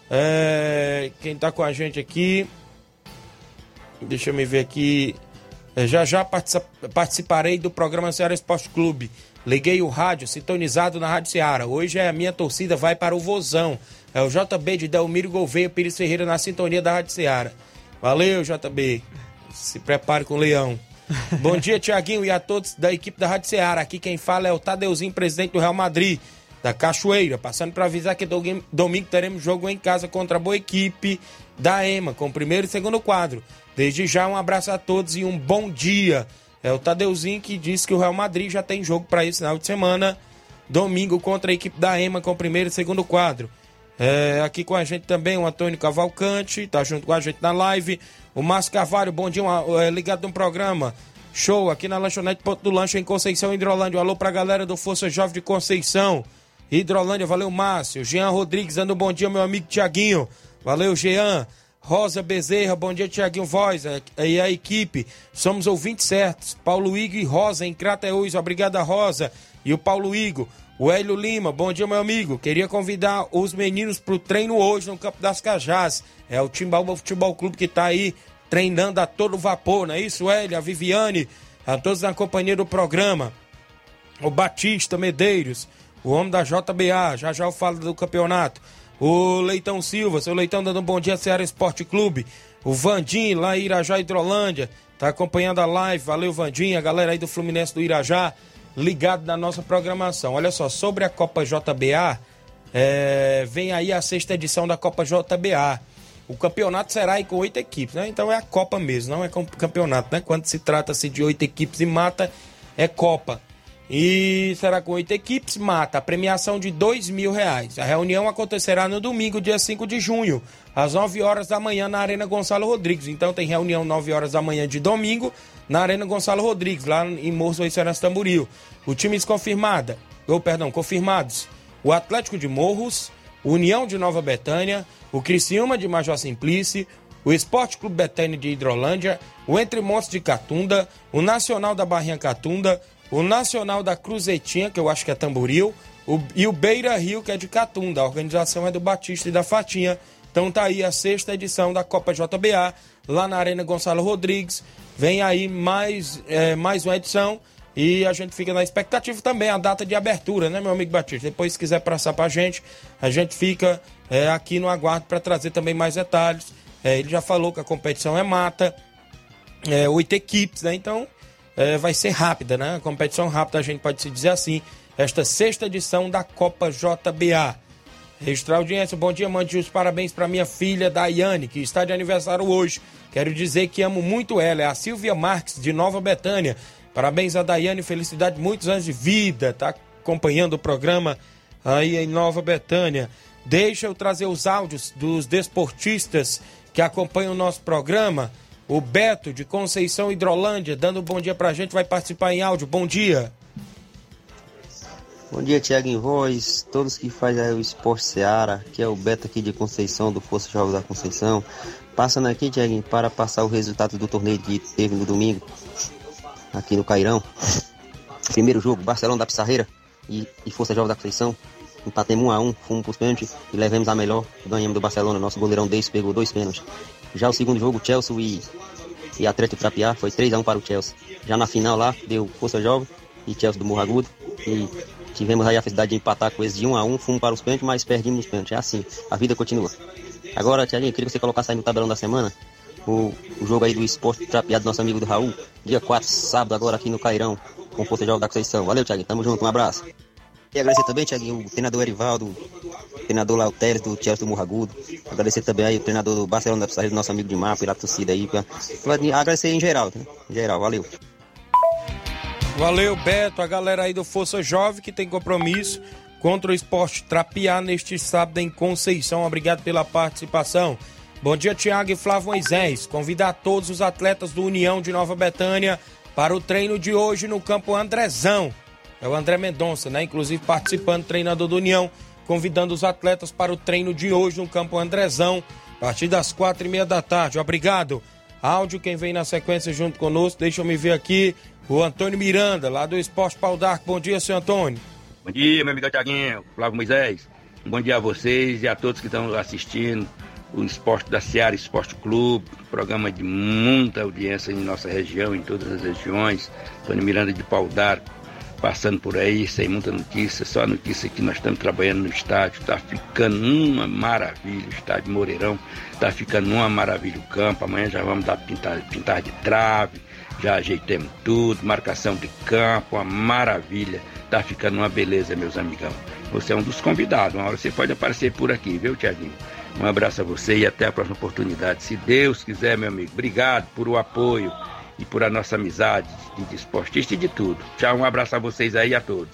Speaker 2: Quem tá com a gente aqui... Deixa eu me ver aqui. Já participarei do programa Ceará Esporte Clube. Liguei o rádio, sintonizado na Rádio Ceará. Hoje a minha torcida vai para o Vozão. É o JB de Delmiro Gouveia Pires Ferreira na sintonia da Rádio Ceará. Valeu, JB. Se prepare com o Leão. Bom dia, Tiaguinho, e a todos da equipe da Rádio Ceará. Aqui quem fala é o Tadeuzinho, presidente do Real Madrid, da Cachoeira. Passando para avisar que domingo teremos jogo em casa contra a boa equipe da EMA, com o primeiro e segundo quadro. Desde já, um abraço a todos e um bom dia. É o Tadeuzinho que disse que o Real Madrid já tem jogo para esse final de semana. Domingo contra a equipe da EMA, com o primeiro e segundo quadro. Aqui com a gente também o Antônio Cavalcante, tá junto com a gente na live. O Márcio Carvalho, bom dia, ligado no programa. Show, aqui na lanchonete Ponto do Lanche em Conceição, Hidrolândia. Um alô pra galera do Força Jovem de Conceição, Hidrolândia, valeu Márcio. Jean Rodrigues, dando um bom dia, meu amigo Tiaguinho. Valeu, Jean. Rosa Bezerra, bom dia, Tiaguinho Voz e a equipe. Somos ouvintes certos. Paulo Igo e Rosa em Crateús, obrigado, Rosa. E o Paulo Igo. O Hélio Lima, bom dia, meu amigo. Queria convidar os meninos pro treino hoje no Campo das Cajás. É o Timbaúba Futebol Clube que tá aí treinando a todo vapor, não é isso, Hélio? A Viviane, a todos na companhia do programa. O Batista Medeiros, o homem da JBA, já eu falo do campeonato. O Leitão Silva, seu Leitão dando um bom dia, Ceará Esporte Clube. O Vandim, lá em Irajá, Hidrolândia, tá acompanhando a live. Valeu, Vandim, a galera aí do Fluminense do Irajá, ligado na nossa programação. Olha só, sobre a Copa JBA, vem aí a 6ª edição da Copa JBA. O campeonato será aí com 8 equipes, né? Então é a Copa mesmo, não é campeonato, né? Quando se trata-se de 8 equipes e mata, é Copa. E será com 8 equipes, mata. A premiação de R$2.000. A reunião acontecerá no domingo, dia 5 de junho, às 9 horas da manhã, na Arena Gonçalo Rodrigues. Então tem reunião 9 horas da manhã de domingo, na Arena Gonçalo Rodrigues, lá em Morros do Serança Tamboril. Os times confirmados: o Atlético de Morros, o União de Nova Betânia, o Criciúma de Major Simplício, o Esporte Clube Betânia de Hidrolândia, o Entre Montes de Catunda, o Nacional da Barrinha Catunda, o Nacional da Cruzetinha, que eu acho que é Tamboril, e o Beira Rio, que é de Catunda. A organização é do Batista e da Fatinha. Então tá aí a 6ª edição da Copa JBA, lá na Arena Gonçalo Rodrigues. Vem aí mais uma edição e a gente fica na expectativa também, a data de abertura, né, meu amigo Batista? Depois, se quiser passar pra gente, a gente fica aqui no aguardo para trazer também mais detalhes. Ele já falou que a competição é mata, 8 equipes, né? Então, vai ser rápida, né? A competição rápida, a gente pode se dizer assim, esta 6ª edição da Copa JBA. Registrar a audiência, bom dia, mande os parabéns para minha filha Daiane, que está de aniversário hoje. Quero dizer que amo muito ela, é a Silvia Marques, de Nova Betânia. Parabéns a Daiane, felicidade, muitos anos de vida, tá acompanhando o programa aí em Nova Betânia. Deixa eu trazer os áudios dos desportistas que acompanham o nosso programa. O Beto, de Conceição Hidrolândia, dando um bom dia pra gente, vai participar em áudio. Bom dia.
Speaker 9: Bom dia, Thiago em Voz, todos que fazem o Esporte Seara, que é o Beto aqui de Conceição, do Força Jovem da Conceição. Passando aqui, Thiago, para passar o resultado do torneio que teve no domingo, aqui no Cairão. Primeiro jogo, Barcelona da Pissarreira e Força Jovem da Conceição. Empatemos 1-1, fomos para os pênaltis e levamos a melhor. Ganhamos do Barcelona, nosso goleirão Deis pegou 2 pênaltis. Já o segundo jogo, Chelsea e Atlético Trapiá, foi 3-1 para o Chelsea. Já na final lá, deu Força Jovem e Chelsea do Morro Agudo. E tivemos aí a felicidade de empatar com eles de 1-1, fomos para os pênaltis, mas perdemos os pênaltis. É assim, a vida continua. Agora, Thiaguinho, eu queria que você colocasse aí no tabelão da semana o jogo aí do Esporte Trapiá do nosso amigo do Raul, dia 4, sábado, agora aqui no Cairão, com Força Jovem da Conceição. Valeu, Thiaguinho, tamo junto, um abraço. E agradecer também, Thiaguinho, o treinador Erivaldo, o treinador Léo Teres, do Chelsea do Morro Agudo. Agradecer também aí o treinador do Barcelona da Pissarreira, do nosso amigo de Mar, pela torcida aí. Agradecer em geral, né? Em geral, valeu.
Speaker 2: Valeu, Beto, a galera aí do Força Jovem que tem compromisso contra o Esporte Trapiá neste sábado em Conceição. Obrigado pela participação. Bom dia, Thiago e Flávio Moisés. Convidar todos os atletas do União de Nova Betânia para o treino de hoje no campo Andrezão. É o André Mendonça, né? Inclusive participando, treinador do União, convidando os atletas para o treino de hoje no campo Andrezão, a partir das 4h30 da tarde. Obrigado. Áudio, quem vem na sequência junto conosco, deixa eu me ver aqui, o Antônio Miranda, lá do Esporte Pau d'Arco. Bom dia, seu Antônio.
Speaker 10: Bom dia, meu amigo Thiaguinho, Flávio Moisés. Um bom dia a vocês e a todos que estão assistindo o Esporte da Seara Esporte Clube, programa de muita audiência em nossa região, em todas as regiões. Antônio Miranda de Pau d'Arco, passando por aí, sem muita notícia, só a notícia que nós estamos trabalhando no estádio, está ficando uma maravilha, o estádio Moreirão, está ficando uma maravilha o campo. Amanhã já vamos dar pintar de trave, já ajeitemos tudo, marcação de campo, uma maravilha, está ficando uma beleza, meus amigão. Você é um dos convidados, uma hora você pode aparecer por aqui, viu, Thiaguinho? Um abraço a você e até a próxima oportunidade, se Deus quiser, meu amigo. Obrigado por o apoio e por a nossa amizade de esportista e de tudo. Tchau, um abraço a vocês aí e a todos.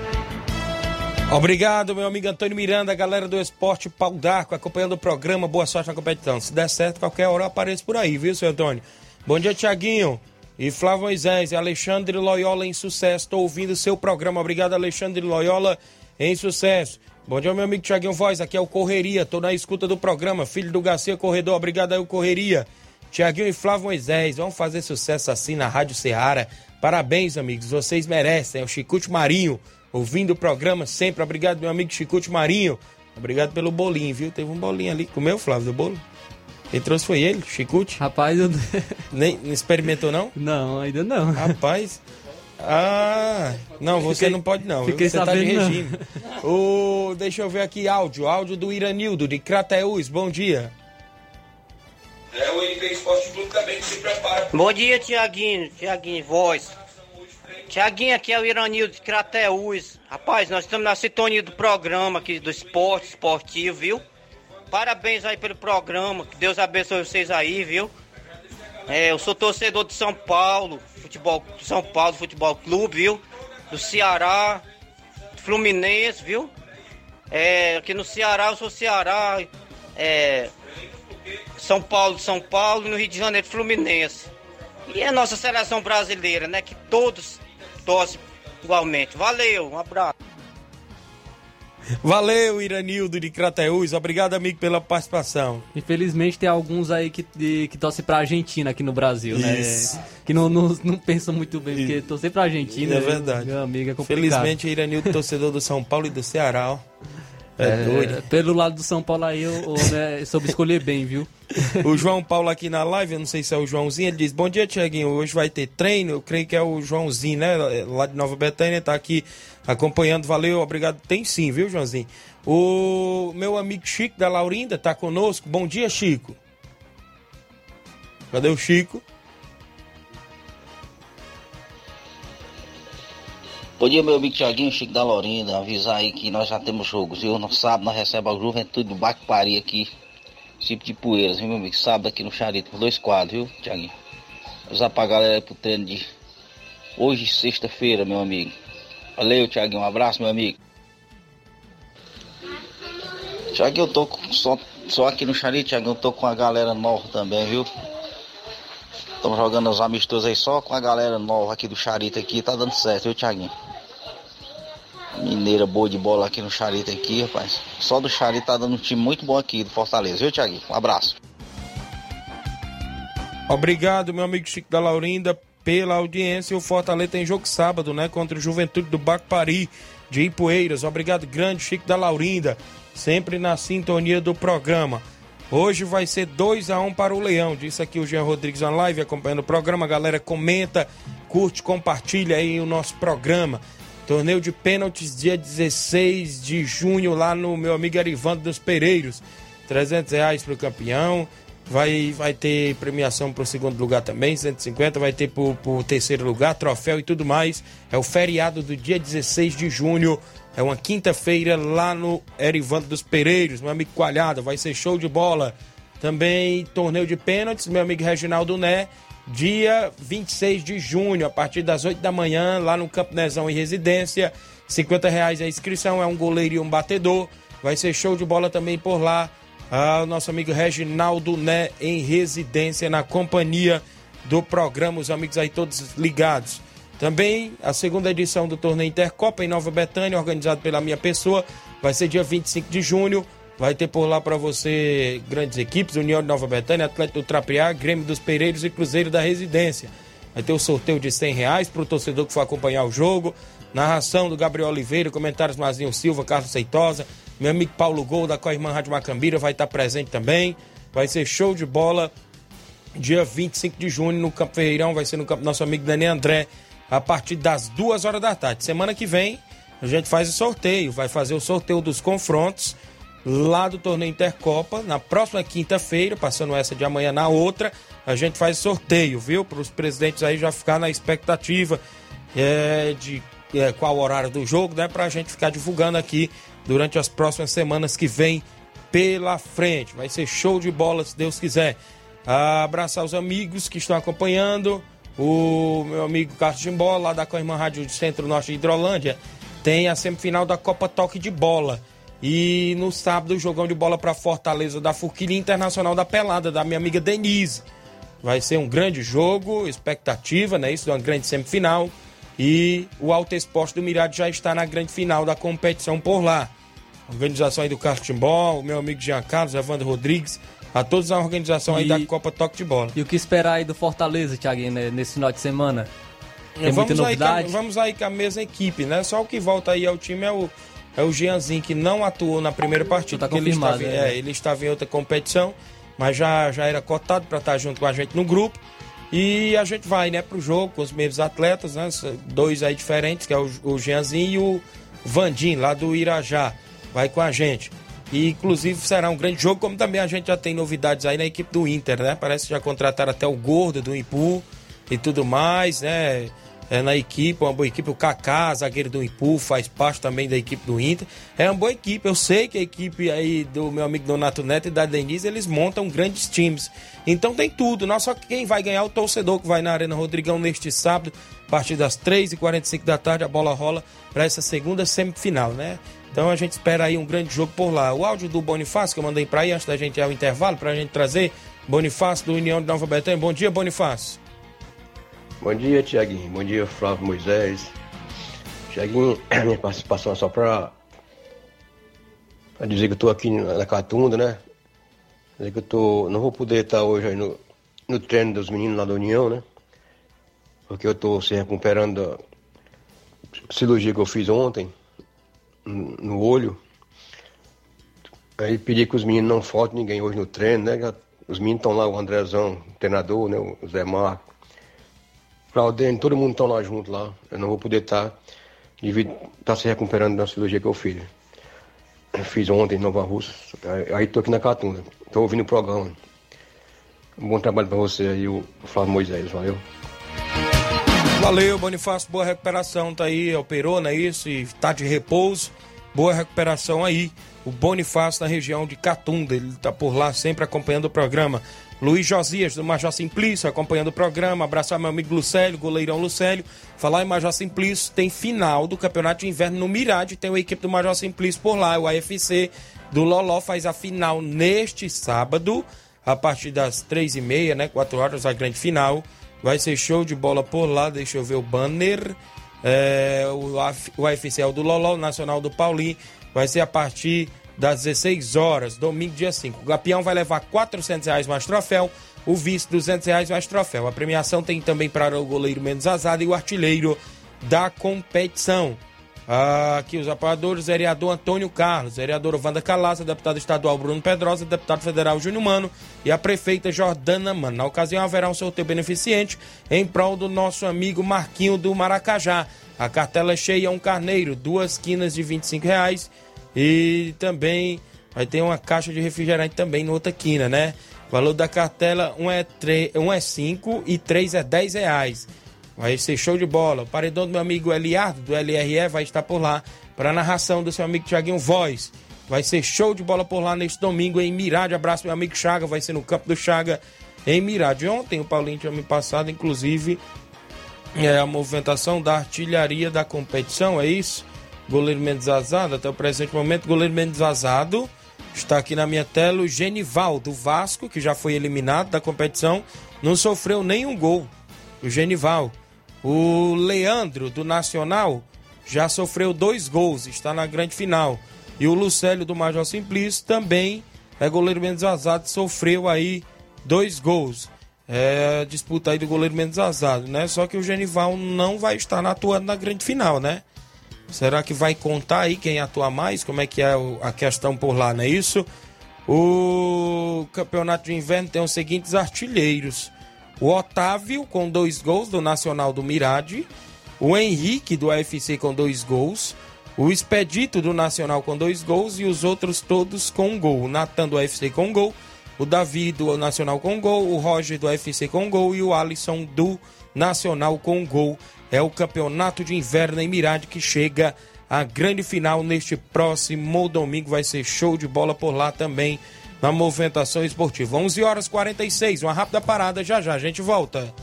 Speaker 2: Obrigado, meu amigo Antônio Miranda, galera do Esporte Pau d'Arco, acompanhando o programa. Boa sorte na competição. Se der certo, qualquer hora eu apareço por aí, viu, seu Antônio? Bom dia, Thiaguinho e Flávio Moisés e Alexandre Loyola em Sucesso. Estou ouvindo o seu programa. Obrigado, Alexandre Loyola em Sucesso. Bom dia, meu amigo Thiaguinho Voz. Aqui é o Correria. Estou na escuta do programa. Filho do Garcia Corredor. Obrigado aí, o Correria. Thiaguinho e Flávio Moisés, vamos fazer sucesso assim na Rádio Ceará. Parabéns, amigos, vocês merecem. É o Chicute Marinho, ouvindo o programa sempre. Obrigado, meu amigo Chicute Marinho. Obrigado pelo bolinho, viu? Teve um bolinho ali. Comeu, Flávio, do bolo? Quem trouxe foi ele, Chicute?
Speaker 3: Rapaz, eu...
Speaker 2: Nem experimentou, não?
Speaker 3: Não, ainda não.
Speaker 2: Rapaz... não, você não pode não.
Speaker 3: Fiquei
Speaker 2: você
Speaker 3: sabendo,
Speaker 2: tá de regime. Deixa eu ver aqui, áudio do Iranildo, de Crateús. Bom dia.
Speaker 11: O NP Esporte Clube também se prepara.
Speaker 12: Bom dia, Thiaguinho Voz. Thiaguinho, aqui é o Iranildo de Crateús. Rapaz, nós estamos na sintonia do programa aqui do esporte esportivo, viu? Parabéns aí pelo programa, que Deus abençoe vocês aí, viu? Eu sou torcedor de São Paulo, Futebol Clube, viu? Do Ceará, do Fluminense, viu? Aqui no Ceará, eu sou Ceará, São Paulo, e no Rio de Janeiro, Fluminense. E a nossa seleção brasileira, né? Que todos torcem igualmente. Valeu, um abraço.
Speaker 2: Valeu, Iranildo de Crateús. Obrigado, amigo, pela participação.
Speaker 3: Infelizmente tem alguns aí que torcem pra Argentina aqui no Brasil,
Speaker 2: Isso.
Speaker 3: né? Que não pensam muito bem, porque torcer pra Argentina,
Speaker 2: é verdade.
Speaker 3: Meu amigo, é complicado.
Speaker 2: Felizmente, Iranildo, torcedor do São Paulo e do Ceará, ó. Doido.
Speaker 3: Pelo lado do São Paulo aí, eu soube escolher bem, viu?
Speaker 2: O João Paulo aqui na live, eu não sei se é o Joãozinho, ele diz: bom dia, Thiaguinho, hoje vai ter treino. Eu creio que é o Joãozinho, né? Lá de Nova Betânia, tá aqui acompanhando. Valeu, obrigado. Tem sim, viu, Joãozinho? O meu amigo Chico da Laurinda tá conosco. Bom dia, Chico. Cadê o Chico?
Speaker 13: Bom dia, meu amigo Tiaguinho, Chico da Laurinda. Avisar aí que nós já temos jogos, viu? No sábado nós recebemos a Juventude do Bacpari aqui, tipo de Poeiras, viu, meu amigo? Sábado aqui no Charito, por 2 quadros, viu, Tiaguinho? Avisar pra galera aí pro treino de hoje, sexta-feira, meu amigo. Valeu, Tiaguinho, um abraço, meu amigo. Tiaguinho, eu tô só aqui no Charito, Tiaguinho, eu tô com a galera nova também, viu? Estamos jogando os amistosos aí só com a galera nova aqui do Charito aqui, tá dando certo, viu, Tiaguinho? Mineira boa de bola aqui no Charito aqui, rapaz. Só do Charito tá dando um time muito bom aqui do Fortaleza, viu, Tiaguinho? Um abraço.
Speaker 2: Obrigado, meu amigo Chico da Laurinda, pela audiência. O Fortaleza tem jogo sábado, né? Contra o Juventude do Bacpari de Ipueiras. Obrigado, grande Chico da Laurinda. Sempre na sintonia do programa. Hoje vai ser 2-1 para o Leão. Disse aqui o Jean Rodrigues na live, acompanhando o programa. Galera, comenta, curte, compartilha aí o nosso programa. Torneio de pênaltis, dia 16 de junho, lá no meu amigo Arivando dos Pereiros. R$300 para o campeão. Vai ter premiação para o segundo lugar também, 150. Vai ter para o terceiro lugar, troféu e tudo mais. É o feriado do dia 16 de junho. É uma quinta-feira lá no Arivando dos Pereiros. Meu amigo Coalhada, vai ser show de bola. Também torneio de pênaltis, meu amigo Reginaldo Né. Dia 26 de junho, a partir das 8 da manhã, lá no Campo Nezão em Residência. R$50 a inscrição, é um goleiro e um batedor. Vai ser show de bola também por lá. O nosso amigo Reginaldo Né em Residência, na companhia do programa. Os amigos aí todos ligados. Também a segunda edição do torneio Intercopa em Nova Betânia, organizado pela minha pessoa. Vai ser dia 25 de junho. Vai ter por lá para você grandes equipes, União de Nova Betânia, Atlético do Trapiá, Grêmio dos Pereiros e Cruzeiro da Residência. Vai ter o sorteio de R$100 para o torcedor que for acompanhar o jogo. Narração do Gabriel Oliveira, comentários Mazinho Silva, Carlos Seitosa. Meu amigo Paulo Gol, da Coirmã Rádio Macambira, vai estar presente também. Vai ser show de bola dia 25 de junho no Campo Ferreirão. Vai ser no campo do nosso amigo Dani André, a partir das 2 horas da tarde. Semana que vem a gente faz o sorteio. Vai fazer o sorteio dos confrontos lá do torneio Intercopa, na próxima quinta-feira, passando essa de amanhã na outra, a gente faz sorteio, viu? Para os presidentes aí já ficar na expectativa de qual horário do jogo, né? Para a gente ficar divulgando aqui durante as próximas semanas que vem pela frente. Vai ser show de bola, se Deus quiser. Abraçar os amigos que estão acompanhando. O meu amigo Carlos Jimbó, lá da Coirmã Rádio Centro-Norte de Hidrolândia, tem a semifinal da Copa Toque de Bola. E no sábado, o jogão de bola para Fortaleza da Forquilha Internacional da Pelada, da minha amiga Denise. Vai ser um grande jogo, expectativa, né? Isso, de uma grande semifinal. E o Alto Esporte do Mirade já está na grande final da competição por lá. Organização aí do Carlos Timbó, o meu amigo Jean Carlos, Evandro Rodrigues, a todos a organização aí da Copa Toque de Bola.
Speaker 3: E o que esperar aí do Fortaleza, Thiaguinho, né, nesse final de semana? Tem muita novidade?
Speaker 2: Vamos aí com a mesma equipe, né? Só o que volta aí ao time é o Jeanzinho, que não atuou na primeira partida.
Speaker 3: Tá confirmado,
Speaker 2: ele estava em outra competição, mas já era cotado para estar junto com a gente no grupo. E a gente vai, né, pro jogo com os mesmos atletas, né? 2 aí diferentes, que é o Jeanzinho e o Vandim, lá do Irajá. Vai com a gente. E, inclusive, será um grande jogo, como também a gente já tem novidades aí na equipe do Inter, né? Parece que já contrataram até o Gordo do Ipu e tudo mais, né? Na equipe, uma boa equipe. O Kaká, zagueiro do Ipu, faz parte também da equipe do Inter. É uma boa equipe. Eu sei que a equipe aí do meu amigo Donato Neto e da Denise, eles montam grandes times. Então tem tudo. Não só quem vai ganhar, o torcedor que vai na Arena Rodrigão neste sábado, a partir das 3h45 da tarde, a bola rola para essa segunda semifinal, né? Então a gente espera aí um grande jogo por lá. O áudio do Bonifácio que eu mandei para aí antes da gente ir ao intervalo, para a gente trazer. Bonifácio do União de Nova Betânia. Bom dia, Bonifácio.
Speaker 14: Bom dia, Tiaguinho. Bom dia, Flávio Moisés. Tiaguinho, minha participação é só para dizer que eu estou aqui na Catunda, né? Dizer que eu não vou poder estar hoje aí no treino dos meninos lá da União, né? Porque eu estou se recuperando da cirurgia que eu fiz ontem no olho. Aí pedi que os meninos não faltem ninguém hoje no treino, né? Os meninos estão lá, o Andrezão, o treinador, né? O Zé Marco, Claudênio, todo mundo está lá junto lá. Eu não vou poder estar devido estar se recuperando da cirurgia que eu fiz. Eu fiz ontem em Nova Russa. Aí estou aqui na Catunda. Estou ouvindo o programa. Um bom trabalho para você aí, o Flávio Moisés. Valeu.
Speaker 2: Valeu, Bonifácio, boa recuperação, tá aí, operou, não é isso? E tá de repouso, boa recuperação aí. O Bonifácio na região de Catunda, ele tá por lá sempre acompanhando o programa. Luiz Josias, do Major Simplício, acompanhando o programa. Abraçar meu amigo Lucélio, goleirão Lucélio. Falar em Major Simplício, tem final do Campeonato de Inverno no Mirade, tem a equipe do Major Simplício por lá. O AFC do Loló faz a final neste sábado, a partir das 3h30, né, 4 horas, a grande final. Vai ser show de bola por lá, deixa eu ver o banner. O AFC é o do Loló, o Nacional do Paulinho. Vai ser a partir das 16 horas, domingo, dia 5. O campeão vai levar R$400 mais troféu, o vice R$200 mais troféu. A premiação tem também para o goleiro Mendes Azado e o artilheiro da competição. Aqui os apoiadores: vereador Antônio Carlos, vereadora Wanda Calaça, deputado estadual Bruno Pedrosa, deputado federal Júnior Mano e a prefeita Jordana Mano. Na ocasião haverá um sorteio beneficente em prol do nosso amigo Marquinho do Maracajá. A cartela é cheia, um carneiro, 2 quinas de R$25 e também vai ter uma caixa de refrigerante também na outra quina, né? O valor da cartela, um é 5 e 3 é R$10. Vai ser show de bola. O paredão do meu amigo Eliardo, do LRE, vai estar por lá para a narração do seu amigo Thiaguinho Voz. Vai ser show de bola por lá neste domingo em Mirade. Abraço meu amigo Chaga, vai ser no campo do Chaga em Mirade. Ontem o Paulinho tinha me passado, inclusive, a movimentação da artilharia da competição, é isso? Goleiro Mendes Azado, até o presente momento, goleiro Mendes Azado. Está aqui na minha tela o Genival, do Vasco, que já foi eliminado da competição, não sofreu nenhum gol. O Genival. O Leandro, do Nacional, já sofreu 2 gols, está na grande final. E o Lucélio, do Major Simplício, também é goleiro Mendes Azado, sofreu aí 2 gols. É a disputa aí do goleiro Mendes Azado, né? Só que o Genival não vai estar atuando na grande final, né? Será que vai contar aí quem atua mais? Como é que é a questão por lá, não é isso? O Campeonato de Inverno tem os seguintes artilheiros: o Otávio, com 2 gols, do Nacional do Mirade. O Henrique, do AFC, com 2 gols. O Expedito, do Nacional, com 2 gols. E os outros todos com 1 gol. O Natan, do AFC, com 1 gol. O Davi, do Nacional, com 1 gol. O Roger, do AFC, com 1 gol. E o Alisson, do Nacional, com 1 gol. É o Campeonato de Inverno em Mirade que chega à grande final neste próximo domingo. Vai ser show de bola por lá também, na movimentação esportiva. 11h46, uma rápida parada, já já a gente volta.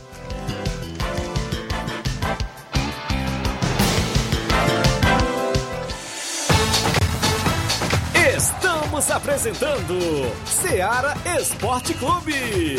Speaker 1: Estamos apresentando Seara Esporte Clube.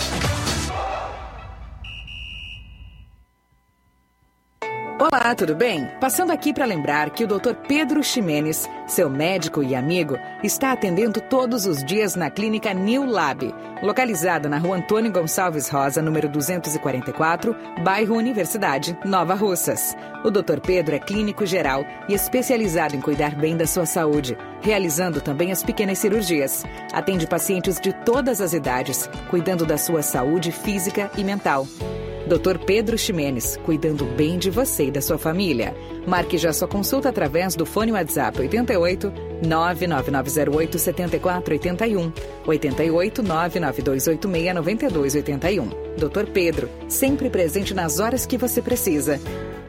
Speaker 15: Olá, tudo bem? Passando aqui para lembrar que o Dr. Pedro Ximenes, seu médico e amigo, está atendendo todos os dias na clínica New Lab, localizada na rua Antônio Gonçalves Rosa, número 244, bairro Universidade, Nova Russas. O Dr. Pedro é clínico geral e especializado em cuidar bem da sua saúde, realizando também as pequenas cirurgias. Atende pacientes de todas as idades, cuidando da sua saúde física e mental. Dr. Pedro Ximenes, cuidando bem de você e da sua família. Marque já sua consulta através do fone WhatsApp 88 99908 7481, 88 99286 9281. Dr. Pedro, sempre presente nas horas que você precisa.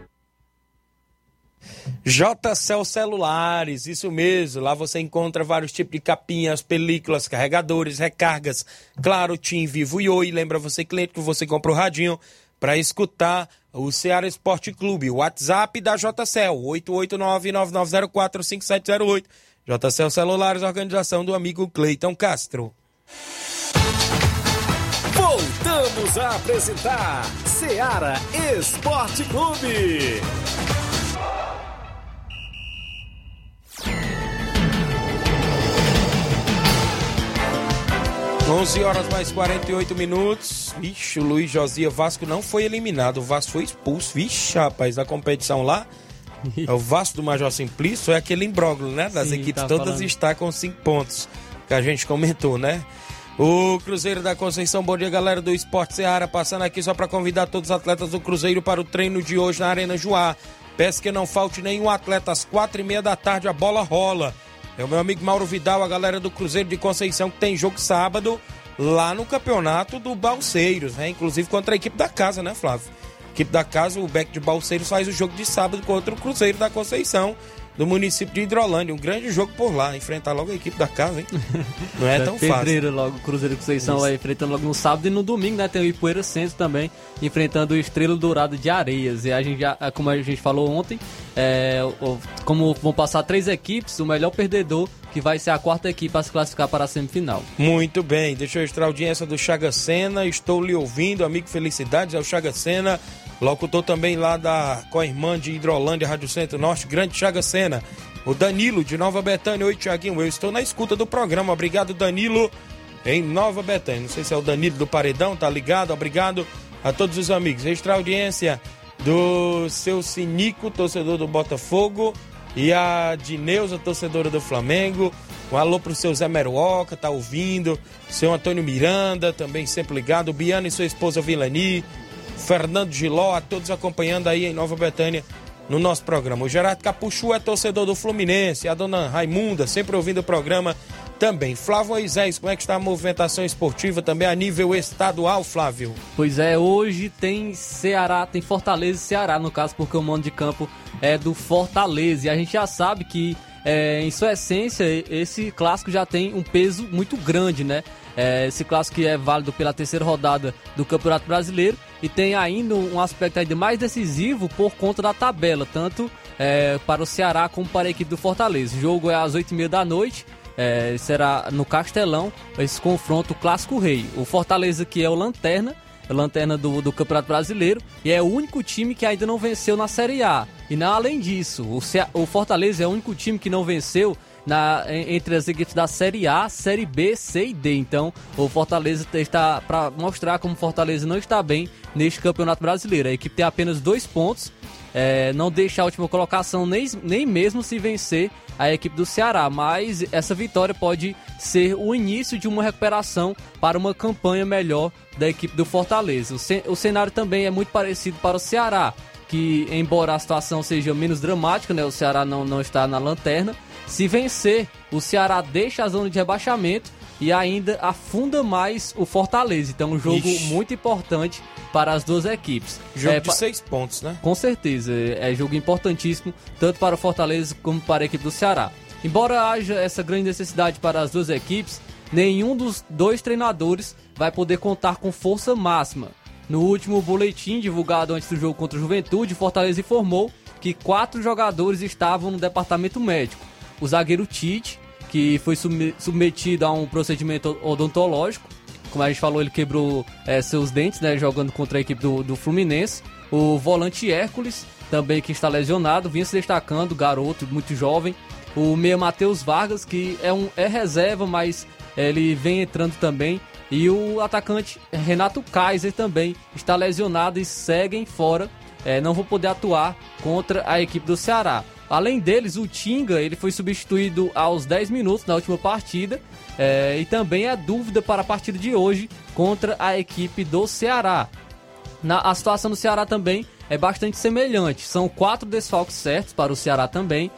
Speaker 2: JCL Celulares, isso mesmo, lá você encontra vários tipos de capinhas, películas, carregadores, recargas, claro, TIM, Vivo e Oi. Lembra você, cliente, que você compra o radinho para escutar o Ceará Esporte Clube. O WhatsApp da JCL, 889-9904-5708. JCL Celulares, organização do amigo Cleiton Castro.
Speaker 1: Voltamos a apresentar Ceará Esporte Clube.
Speaker 2: 11h mais 48. Vixe, o Luiz Josias, Vasco não foi eliminado, o Vasco foi expulso. Vixe, rapaz, da competição lá, é o Vasco do Major Simplício, é aquele imbróglio, né? Das equipes todas falando. Está com 5 pontos, que a gente comentou, né? O Cruzeiro da Conceição, bom dia, galera do Esporte Seara, passando aqui só para convidar todos os atletas do Cruzeiro para o treino de hoje na Arena Joá. Peço que não falte nenhum atleta, às 4h30 da tarde a bola rola. É o meu amigo Mauro Vidal, a galera do Cruzeiro de Conceição, que tem jogo sábado lá no campeonato do Balseiros, né? Inclusive contra a equipe da casa, né, Flávio? equipe da casa, o Beck de Balseiros, faz o jogo de sábado contra o Cruzeiro da Conceição, do município de Hidrolândia. Um grande jogo por lá, enfrentar logo a equipe da casa, hein? Não é tão fácil.
Speaker 3: Pedreira logo, o Cruzeiro da Conceição vai enfrentando logo no sábado e no domingo, né? Tem o Ipueira Centro também, enfrentando o Estrela Dourada de Areias. E a gente já, como a gente falou ontem, como vão passar 3 equipes, o melhor perdedor, que vai ser a 4ª equipe a se classificar para a semifinal.
Speaker 2: Muito bem, deixa eu extrair a audiência do Chaga Sena, estou lhe ouvindo, amigo, felicidades ao Chaga Sena, locutor também lá da Coirmã de Hidrolândia, Rádio Centro Norte, grande Chaga Sena. O Danilo de Nova Betânia, oi Tiaguinho, eu estou na escuta do programa, obrigado Danilo, em Nova Betânia, não sei se é o Danilo do Paredão, tá ligado, obrigado a todos os amigos. Extra audiência do seu Sinico, torcedor do Botafogo, e a Dineuza, torcedora do Flamengo. Um alô pro seu Zé Meruoca, tá ouvindo. Seu Antônio Miranda, também sempre ligado. O Biano e sua esposa Vilani. Fernando Giló, a todos acompanhando aí em Nova Betânia no nosso programa. O Gerardo Capuchu é torcedor do Fluminense. A dona Raimunda, sempre ouvindo o programa também. Flávio Moisés, como é que está a movimentação esportiva também a nível estadual, Flávio?
Speaker 3: Pois é, hoje tem Ceará, tem Fortaleza e Ceará, no caso, porque o mando de campo é do Fortaleza. E a gente já sabe que, em sua essência, esse clássico já tem um peso muito grande, né? Esse clássico que é válido pela 3ª rodada do Campeonato Brasileiro e tem ainda um aspecto ainda mais decisivo por conta da tabela, tanto para o Ceará como para a equipe do Fortaleza. O jogo é às 8h30 da noite. Será no Castelão esse confronto Clássico Rei. O Fortaleza, que é o lanterna do Campeonato Brasileiro, e é o único time que ainda não venceu na Série A. E não, além disso, o Fortaleza é o único time que não venceu entre as equipes da Série A, Série B, C e D. Então o Fortaleza está, para mostrar como o Fortaleza não está bem neste Campeonato Brasileiro. A equipe tem apenas 2 pontos, não deixa a última colocação nem mesmo se vencer a equipe do Ceará, mas essa vitória pode ser o início de uma recuperação para uma campanha melhor da equipe do Fortaleza. O cenário também é muito parecido para o Ceará, que embora a situação seja menos dramática, né, o Ceará não está na lanterna. Se vencer, o Ceará deixa a zona de rebaixamento e ainda afunda mais o Fortaleza. Então, um jogo muito importante para as duas equipes.
Speaker 2: Jogo de 6 pontos, né?
Speaker 3: Com certeza, é jogo importantíssimo, tanto para o Fortaleza como para a equipe do Ceará. Embora haja essa grande necessidade para as duas equipes, nenhum dos 2 treinadores vai poder contar com força máxima. No último boletim divulgado antes do jogo contra o Juventude, o Fortaleza informou que 4 jogadores estavam no departamento médico. O zagueiro Tite, que foi submetido a um procedimento odontológico. Como a gente falou, ele quebrou seus dentes, né, jogando contra a equipe do Fluminense. O volante Hércules, também que está lesionado, vinha se destacando, garoto, muito jovem. O meia Matheus Vargas, que é reserva, mas ele vem entrando também. E o atacante Renato Kaiser também está lesionado e seguem fora. Não vão poder atuar contra a equipe do Ceará. Além deles, o Tinga, ele foi substituído aos 10 minutos na última partida e também é dúvida para a partida de hoje contra a equipe do Ceará. A situação do Ceará também é bastante semelhante. São 4 desfalques certos para o Ceará também,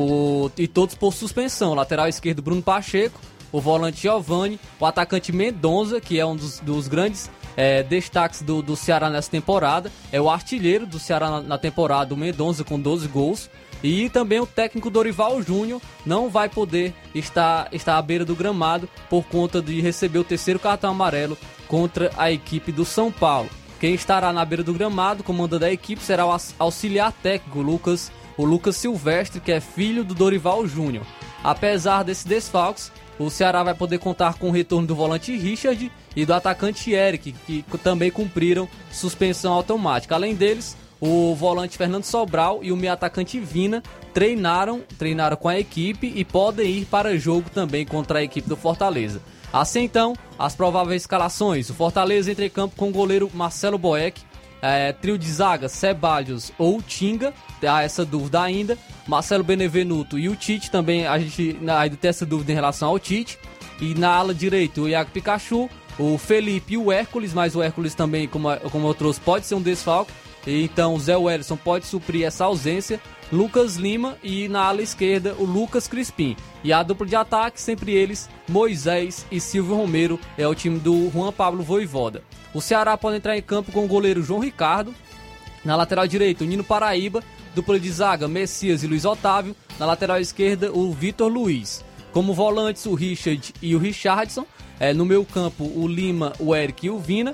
Speaker 3: e todos por suspensão. O lateral esquerdo Bruno Pacheco, o volante Giovani, o atacante Mendonça, que é um dos grandes destaques do Ceará nessa temporada, é o artilheiro do Ceará na temporada, o Mendonça, com 12 gols. E também o técnico Dorival Júnior não vai poder estar à beira do gramado por conta de receber o 3º cartão amarelo contra a equipe do São Paulo. Quem estará na beira do gramado, comandando a equipe, será o auxiliar técnico o Lucas Silvestre, que é filho do Dorival Júnior. Apesar desses desfalques, o Ceará vai poder contar com o retorno do volante Richard e do atacante Eric, que também cumpriram suspensão automática. Além deles, o volante Fernando Sobral e o meio atacante Vina treinaram com a equipe e podem ir para jogo também contra a equipe do Fortaleza. Assim então, as prováveis escalações: o Fortaleza entra em campo com o goleiro Marcelo Boeck, trio de zaga Ceballos ou Tinga, há essa dúvida ainda, Marcelo Benevenuto e o Tite também, a gente ainda tem essa dúvida em relação ao Tite. E na ala direita o Iago Pikachu, o Felipe e o Hércules, mas o Hércules também, como eu trouxe, pode ser um desfalque. Então o Zé Wellison pode suprir essa ausência. Lucas Lima e na ala esquerda o Lucas Crispim. E a dupla de ataque, sempre eles, Moisés e Silvio Romero, é o time do Juan Pablo Voivoda. O Ceará pode entrar em campo com o goleiro João Ricardo, Na lateral direita, o Nino Paraíba. Dupla de zaga, Messias e Luiz Otávio. Na lateral esquerda, o Vitor Luiz. Como volantes, o Richard e o Richardson. No meio campo, o Lima, o Eric e o Vina.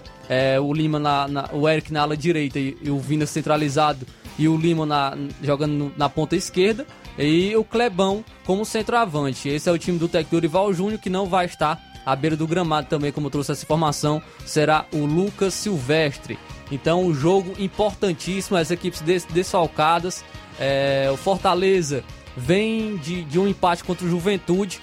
Speaker 3: O Eric na ala direita e o Vina centralizado. E o Lima jogando na ponta esquerda. E o Clebão como centroavante. Esse é o time do técnico Dorival Júnior, que não vai estar à beira do gramado também, como trouxe essa informação. Será o Lucas Silvestre. Então, um jogo importantíssimo, as equipes desfalcadas. O Fortaleza vem de um empate contra o Juventude.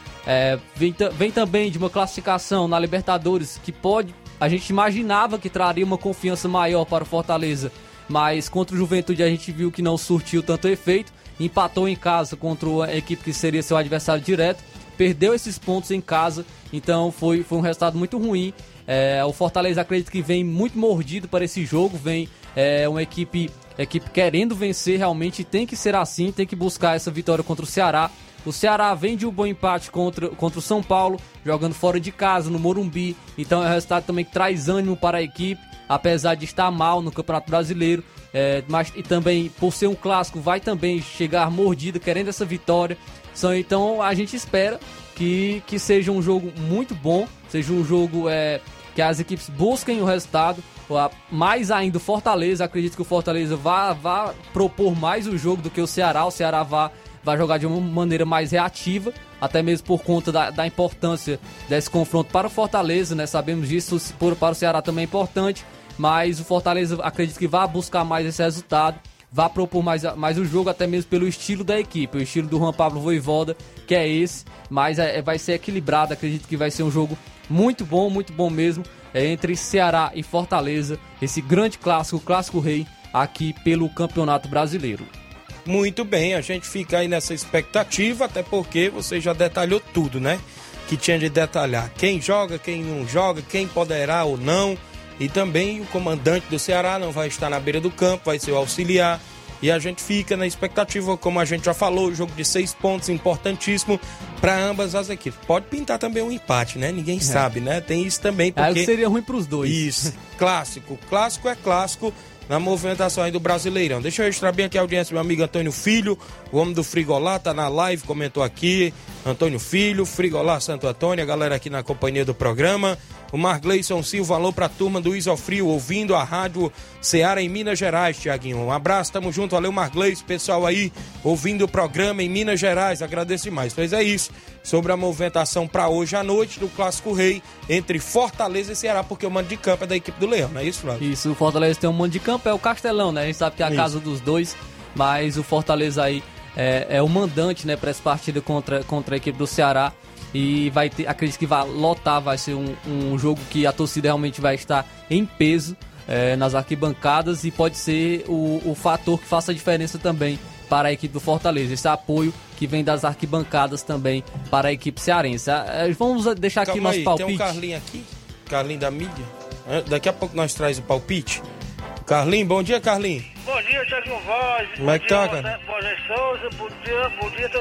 Speaker 3: Vem também de uma classificação na Libertadores que a gente imaginava que traria uma confiança maior para o Fortaleza, mas contra o Juventude a gente viu que não surtiu tanto efeito. Empatou em casa contra a equipe que seria seu adversário direto, perdeu esses pontos em casa, então foi um resultado muito ruim. O Fortaleza, acredito que vem muito mordido para esse jogo, vem uma equipe querendo vencer realmente, tem que ser assim, tem que buscar essa vitória contra o Ceará. O Ceará vem de um bom empate contra o São Paulo, jogando fora de casa, no Morumbi, então é um resultado também que traz ânimo para a equipe, apesar de estar mal no Campeonato Brasileiro. Mas e também, por ser um clássico, vai também chegar mordido, querendo essa vitória. Então a gente espera que seja um jogo muito bom, seja um jogo que as equipes busquem o resultado. Mais ainda o Fortaleza, acredito que o Fortaleza vá propor mais o jogo do que o Ceará. O Ceará vai jogar de uma maneira mais reativa, até mesmo por conta da importância desse confronto para o Fortaleza, né? Sabemos disso, para o Ceará também é importante. Mas o Fortaleza, acredito que vai buscar mais esse resultado, vai propor mais o jogo, até mesmo pelo estilo da equipe, o estilo do Juan Pablo Vojvoda, que é esse, mas vai ser equilibrado, acredito que vai ser um jogo muito bom mesmo, entre Ceará e Fortaleza, esse grande clássico, o Clássico Rei, aqui pelo Campeonato Brasileiro.
Speaker 2: Muito bem, a gente fica aí nessa expectativa, até porque você já detalhou tudo, né? Que tinha de detalhar, quem joga, quem não joga, quem poderá ou não. E também o comandante do Ceará não vai estar na beira do campo, vai ser o auxiliar. E a gente fica na expectativa, como a gente já falou, jogo de 6 pontos, importantíssimo para ambas as equipes. Pode pintar também um empate, né? Ninguém sabe, né? Tem isso também, porque...
Speaker 3: seria ruim para os dois.
Speaker 2: Isso, clássico. Clássico é clássico na movimentação aí do Brasileirão. Deixa eu registrar bem aqui a audiência do meu amigo Antônio Filho, o homem do Frigolá, tá na live, comentou aqui. Antônio Filho, Frigolá Santo Antônio, a galera aqui na companhia do programa. O Margleison Silva, alô pra turma do Isofrio, ouvindo a Rádio Ceará em Minas Gerais, Tiaguinho. Um abraço, tamo junto, valeu Margleison, pessoal aí ouvindo o programa em Minas Gerais, agradeço demais. Pois é isso, sobre a movimentação pra hoje à noite do Clássico Rei entre Fortaleza e Ceará, porque o mando de campo é da equipe do Leão, não é isso, Flávio?
Speaker 3: Isso, o Fortaleza tem um mando de campo, é o Castelão, né? A gente sabe que é a casa dos dois, mas o Fortaleza aí é o mandante, né, pra essa partida contra a equipe do Ceará. E vai ter, acredito que vai lotar, vai ser um jogo que a torcida realmente vai estar em peso nas arquibancadas, e pode ser o fator que faça a diferença também para a equipe do Fortaleza, esse apoio que vem das arquibancadas também para a equipe cearense. Vamos deixar aqui nosso palpite.
Speaker 2: Tem um Carlinho aqui, Carlinho da mídia, daqui a pouco nós traz o palpite. Carlinho, bom dia, Carlinho.
Speaker 16: Bom dia, Thiago Voz.
Speaker 2: Como é que tá, cara?
Speaker 16: Moisés Souza, bom dia,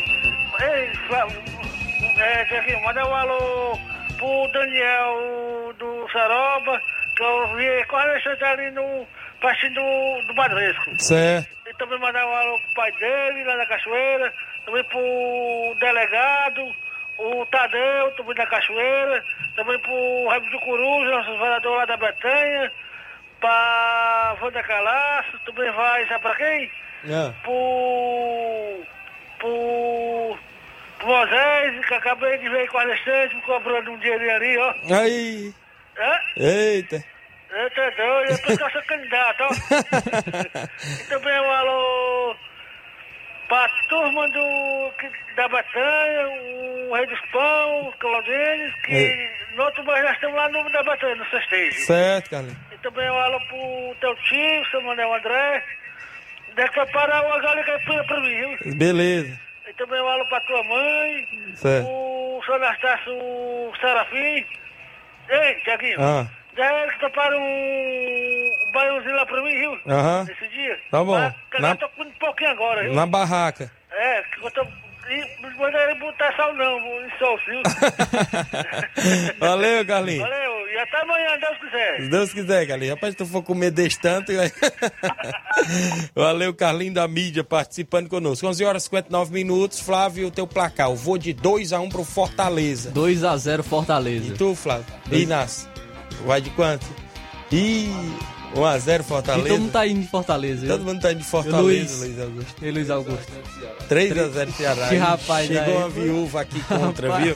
Speaker 16: Ei, Tiaguinho, manda um alô pro Daniel do Saroba, que eu vi quase ali no partido do Badresco.
Speaker 2: Certo.
Speaker 16: E também mandar um alô pro pai dele, lá da Cachoeira, também pro delegado, o Tadeu, também da Cachoeira, também pro Raimundo do Coruja, nosso vereador lá da Bretanha, pra Wanda Calaço, também vai, sabe pra quem? Pro Moisés, que acabei de ver com a Alexandre, me cobrando um dinheirinho ali, ó.
Speaker 2: Aí. Eita.
Speaker 16: Eita, doido, eu tô caçando candidato, ó. E também um alô pra turma da Batanha, o Rei dos Pão, o Claudines, que no outro mês nós estamos lá no da Batanha, no festejo.
Speaker 2: Certo, Carlinhos.
Speaker 16: E também um alô pro teu tio, seu Manuel André, deve preparar uma galinha caipira pra mim, viu?
Speaker 2: Beleza.
Speaker 16: E também um alô pra tua mãe,
Speaker 2: certo.
Speaker 16: O seu Anastácio Serafim. Ei, Tiaguinho, já ele que toparam um banhozinho lá pra mim, viu? Nesse dia.
Speaker 2: Tá bom.
Speaker 16: Eu tô comendo um pouquinho agora, viu?
Speaker 2: Na barraca.
Speaker 16: Que eu tô... Não manda ele botar sal não, em sol, viu?
Speaker 2: Valeu, Carlinhos.
Speaker 16: Valeu, e até amanhã quando Deus quiser.
Speaker 2: Se Deus quiser, Carlinhos. Rapaz, se tu for comer desse tanto... Valeu, Carlinhos da mídia, participando conosco. 11h59, Flávio, o teu placar. Eu vou de 2-1 pro Fortaleza.
Speaker 3: 2-0 Fortaleza.
Speaker 2: E tu, Flávio? Inácio, vai de quanto? 1-0 Fortaleza.
Speaker 3: E todo mundo tá indo de Fortaleza.
Speaker 2: Todo mundo tá indo de Fortaleza, Luiz Augusto.
Speaker 3: E Luiz Augusto.
Speaker 2: 3-0 Ceará.
Speaker 3: Que rapaz,
Speaker 2: chegou
Speaker 3: aí.
Speaker 2: uma viúva aqui contra, viu?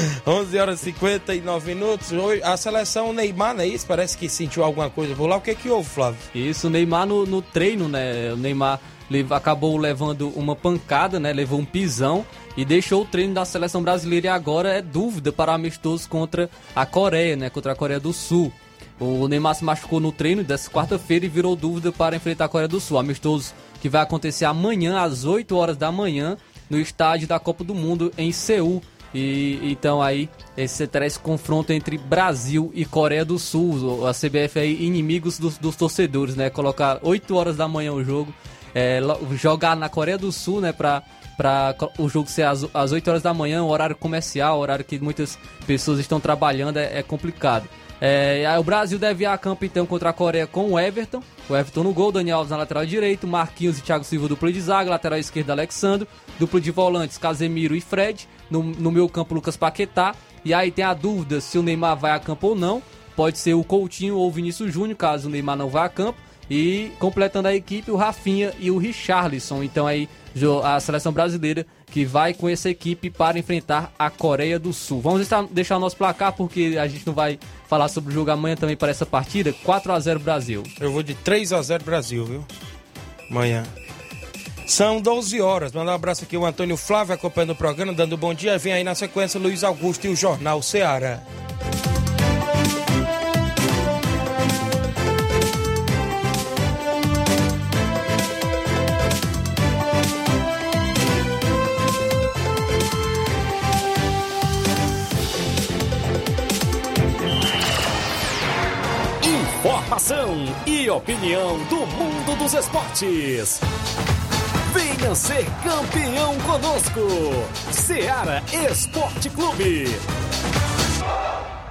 Speaker 2: 11h59. A seleção Neymar, não é isso? Parece que sentiu alguma coisa por lá. O que houve, Flávio?
Speaker 3: Isso, o Neymar no treino, né? O Neymar acabou levando uma pancada, né? Levou um pisão e deixou o treino da seleção brasileira e agora é dúvida para amistoso contra a Coreia, né? Contra a Coreia do Sul. O Neymar se machucou no treino dessa quarta-feira e virou dúvida para enfrentar a Coreia do Sul. Amistoso que vai acontecer amanhã, às 8 horas da manhã, no estádio da Copa do Mundo, em Seul. E então aí, terá esse confronto entre Brasil e Coreia do Sul. A CBF aí, inimigos dos torcedores, né? Colocar 8 horas da manhã o jogo, jogar na Coreia do Sul, né? Para o jogo ser às 8 horas da manhã, horário comercial, horário que muitas pessoas estão trabalhando, é complicado. O Brasil deve ir a campo então contra a Coreia com o Everton no gol, Daniel Alves na lateral direito, Marquinhos e Thiago Silva dupla de zaga, lateral esquerda Alexandro, dupla de volantes Casemiro e Fred, no meio campo Lucas Paquetá, e aí tem a dúvida se o Neymar vai a campo ou não, pode ser o Coutinho ou o Vinícius Júnior, caso o Neymar não vá a campo, e completando a equipe o Rafinha e o Richarlison. Então aí a seleção brasileira que vai com essa equipe para enfrentar a Coreia do Sul. Vamos deixar o nosso placar porque a gente não vai falar sobre o jogo amanhã também para essa partida. 4-0 Brasil.
Speaker 2: Eu vou de 3-0 Brasil, viu? Amanhã. São 12 horas. Mandar um abraço aqui o Antônio Flávio acompanhando o programa, dando bom dia. Vem aí na sequência Luiz Augusto e o Jornal Ceará.
Speaker 1: Informação e opinião do mundo dos esportes. Venha ser campeão conosco. Ceará Esporte Clube.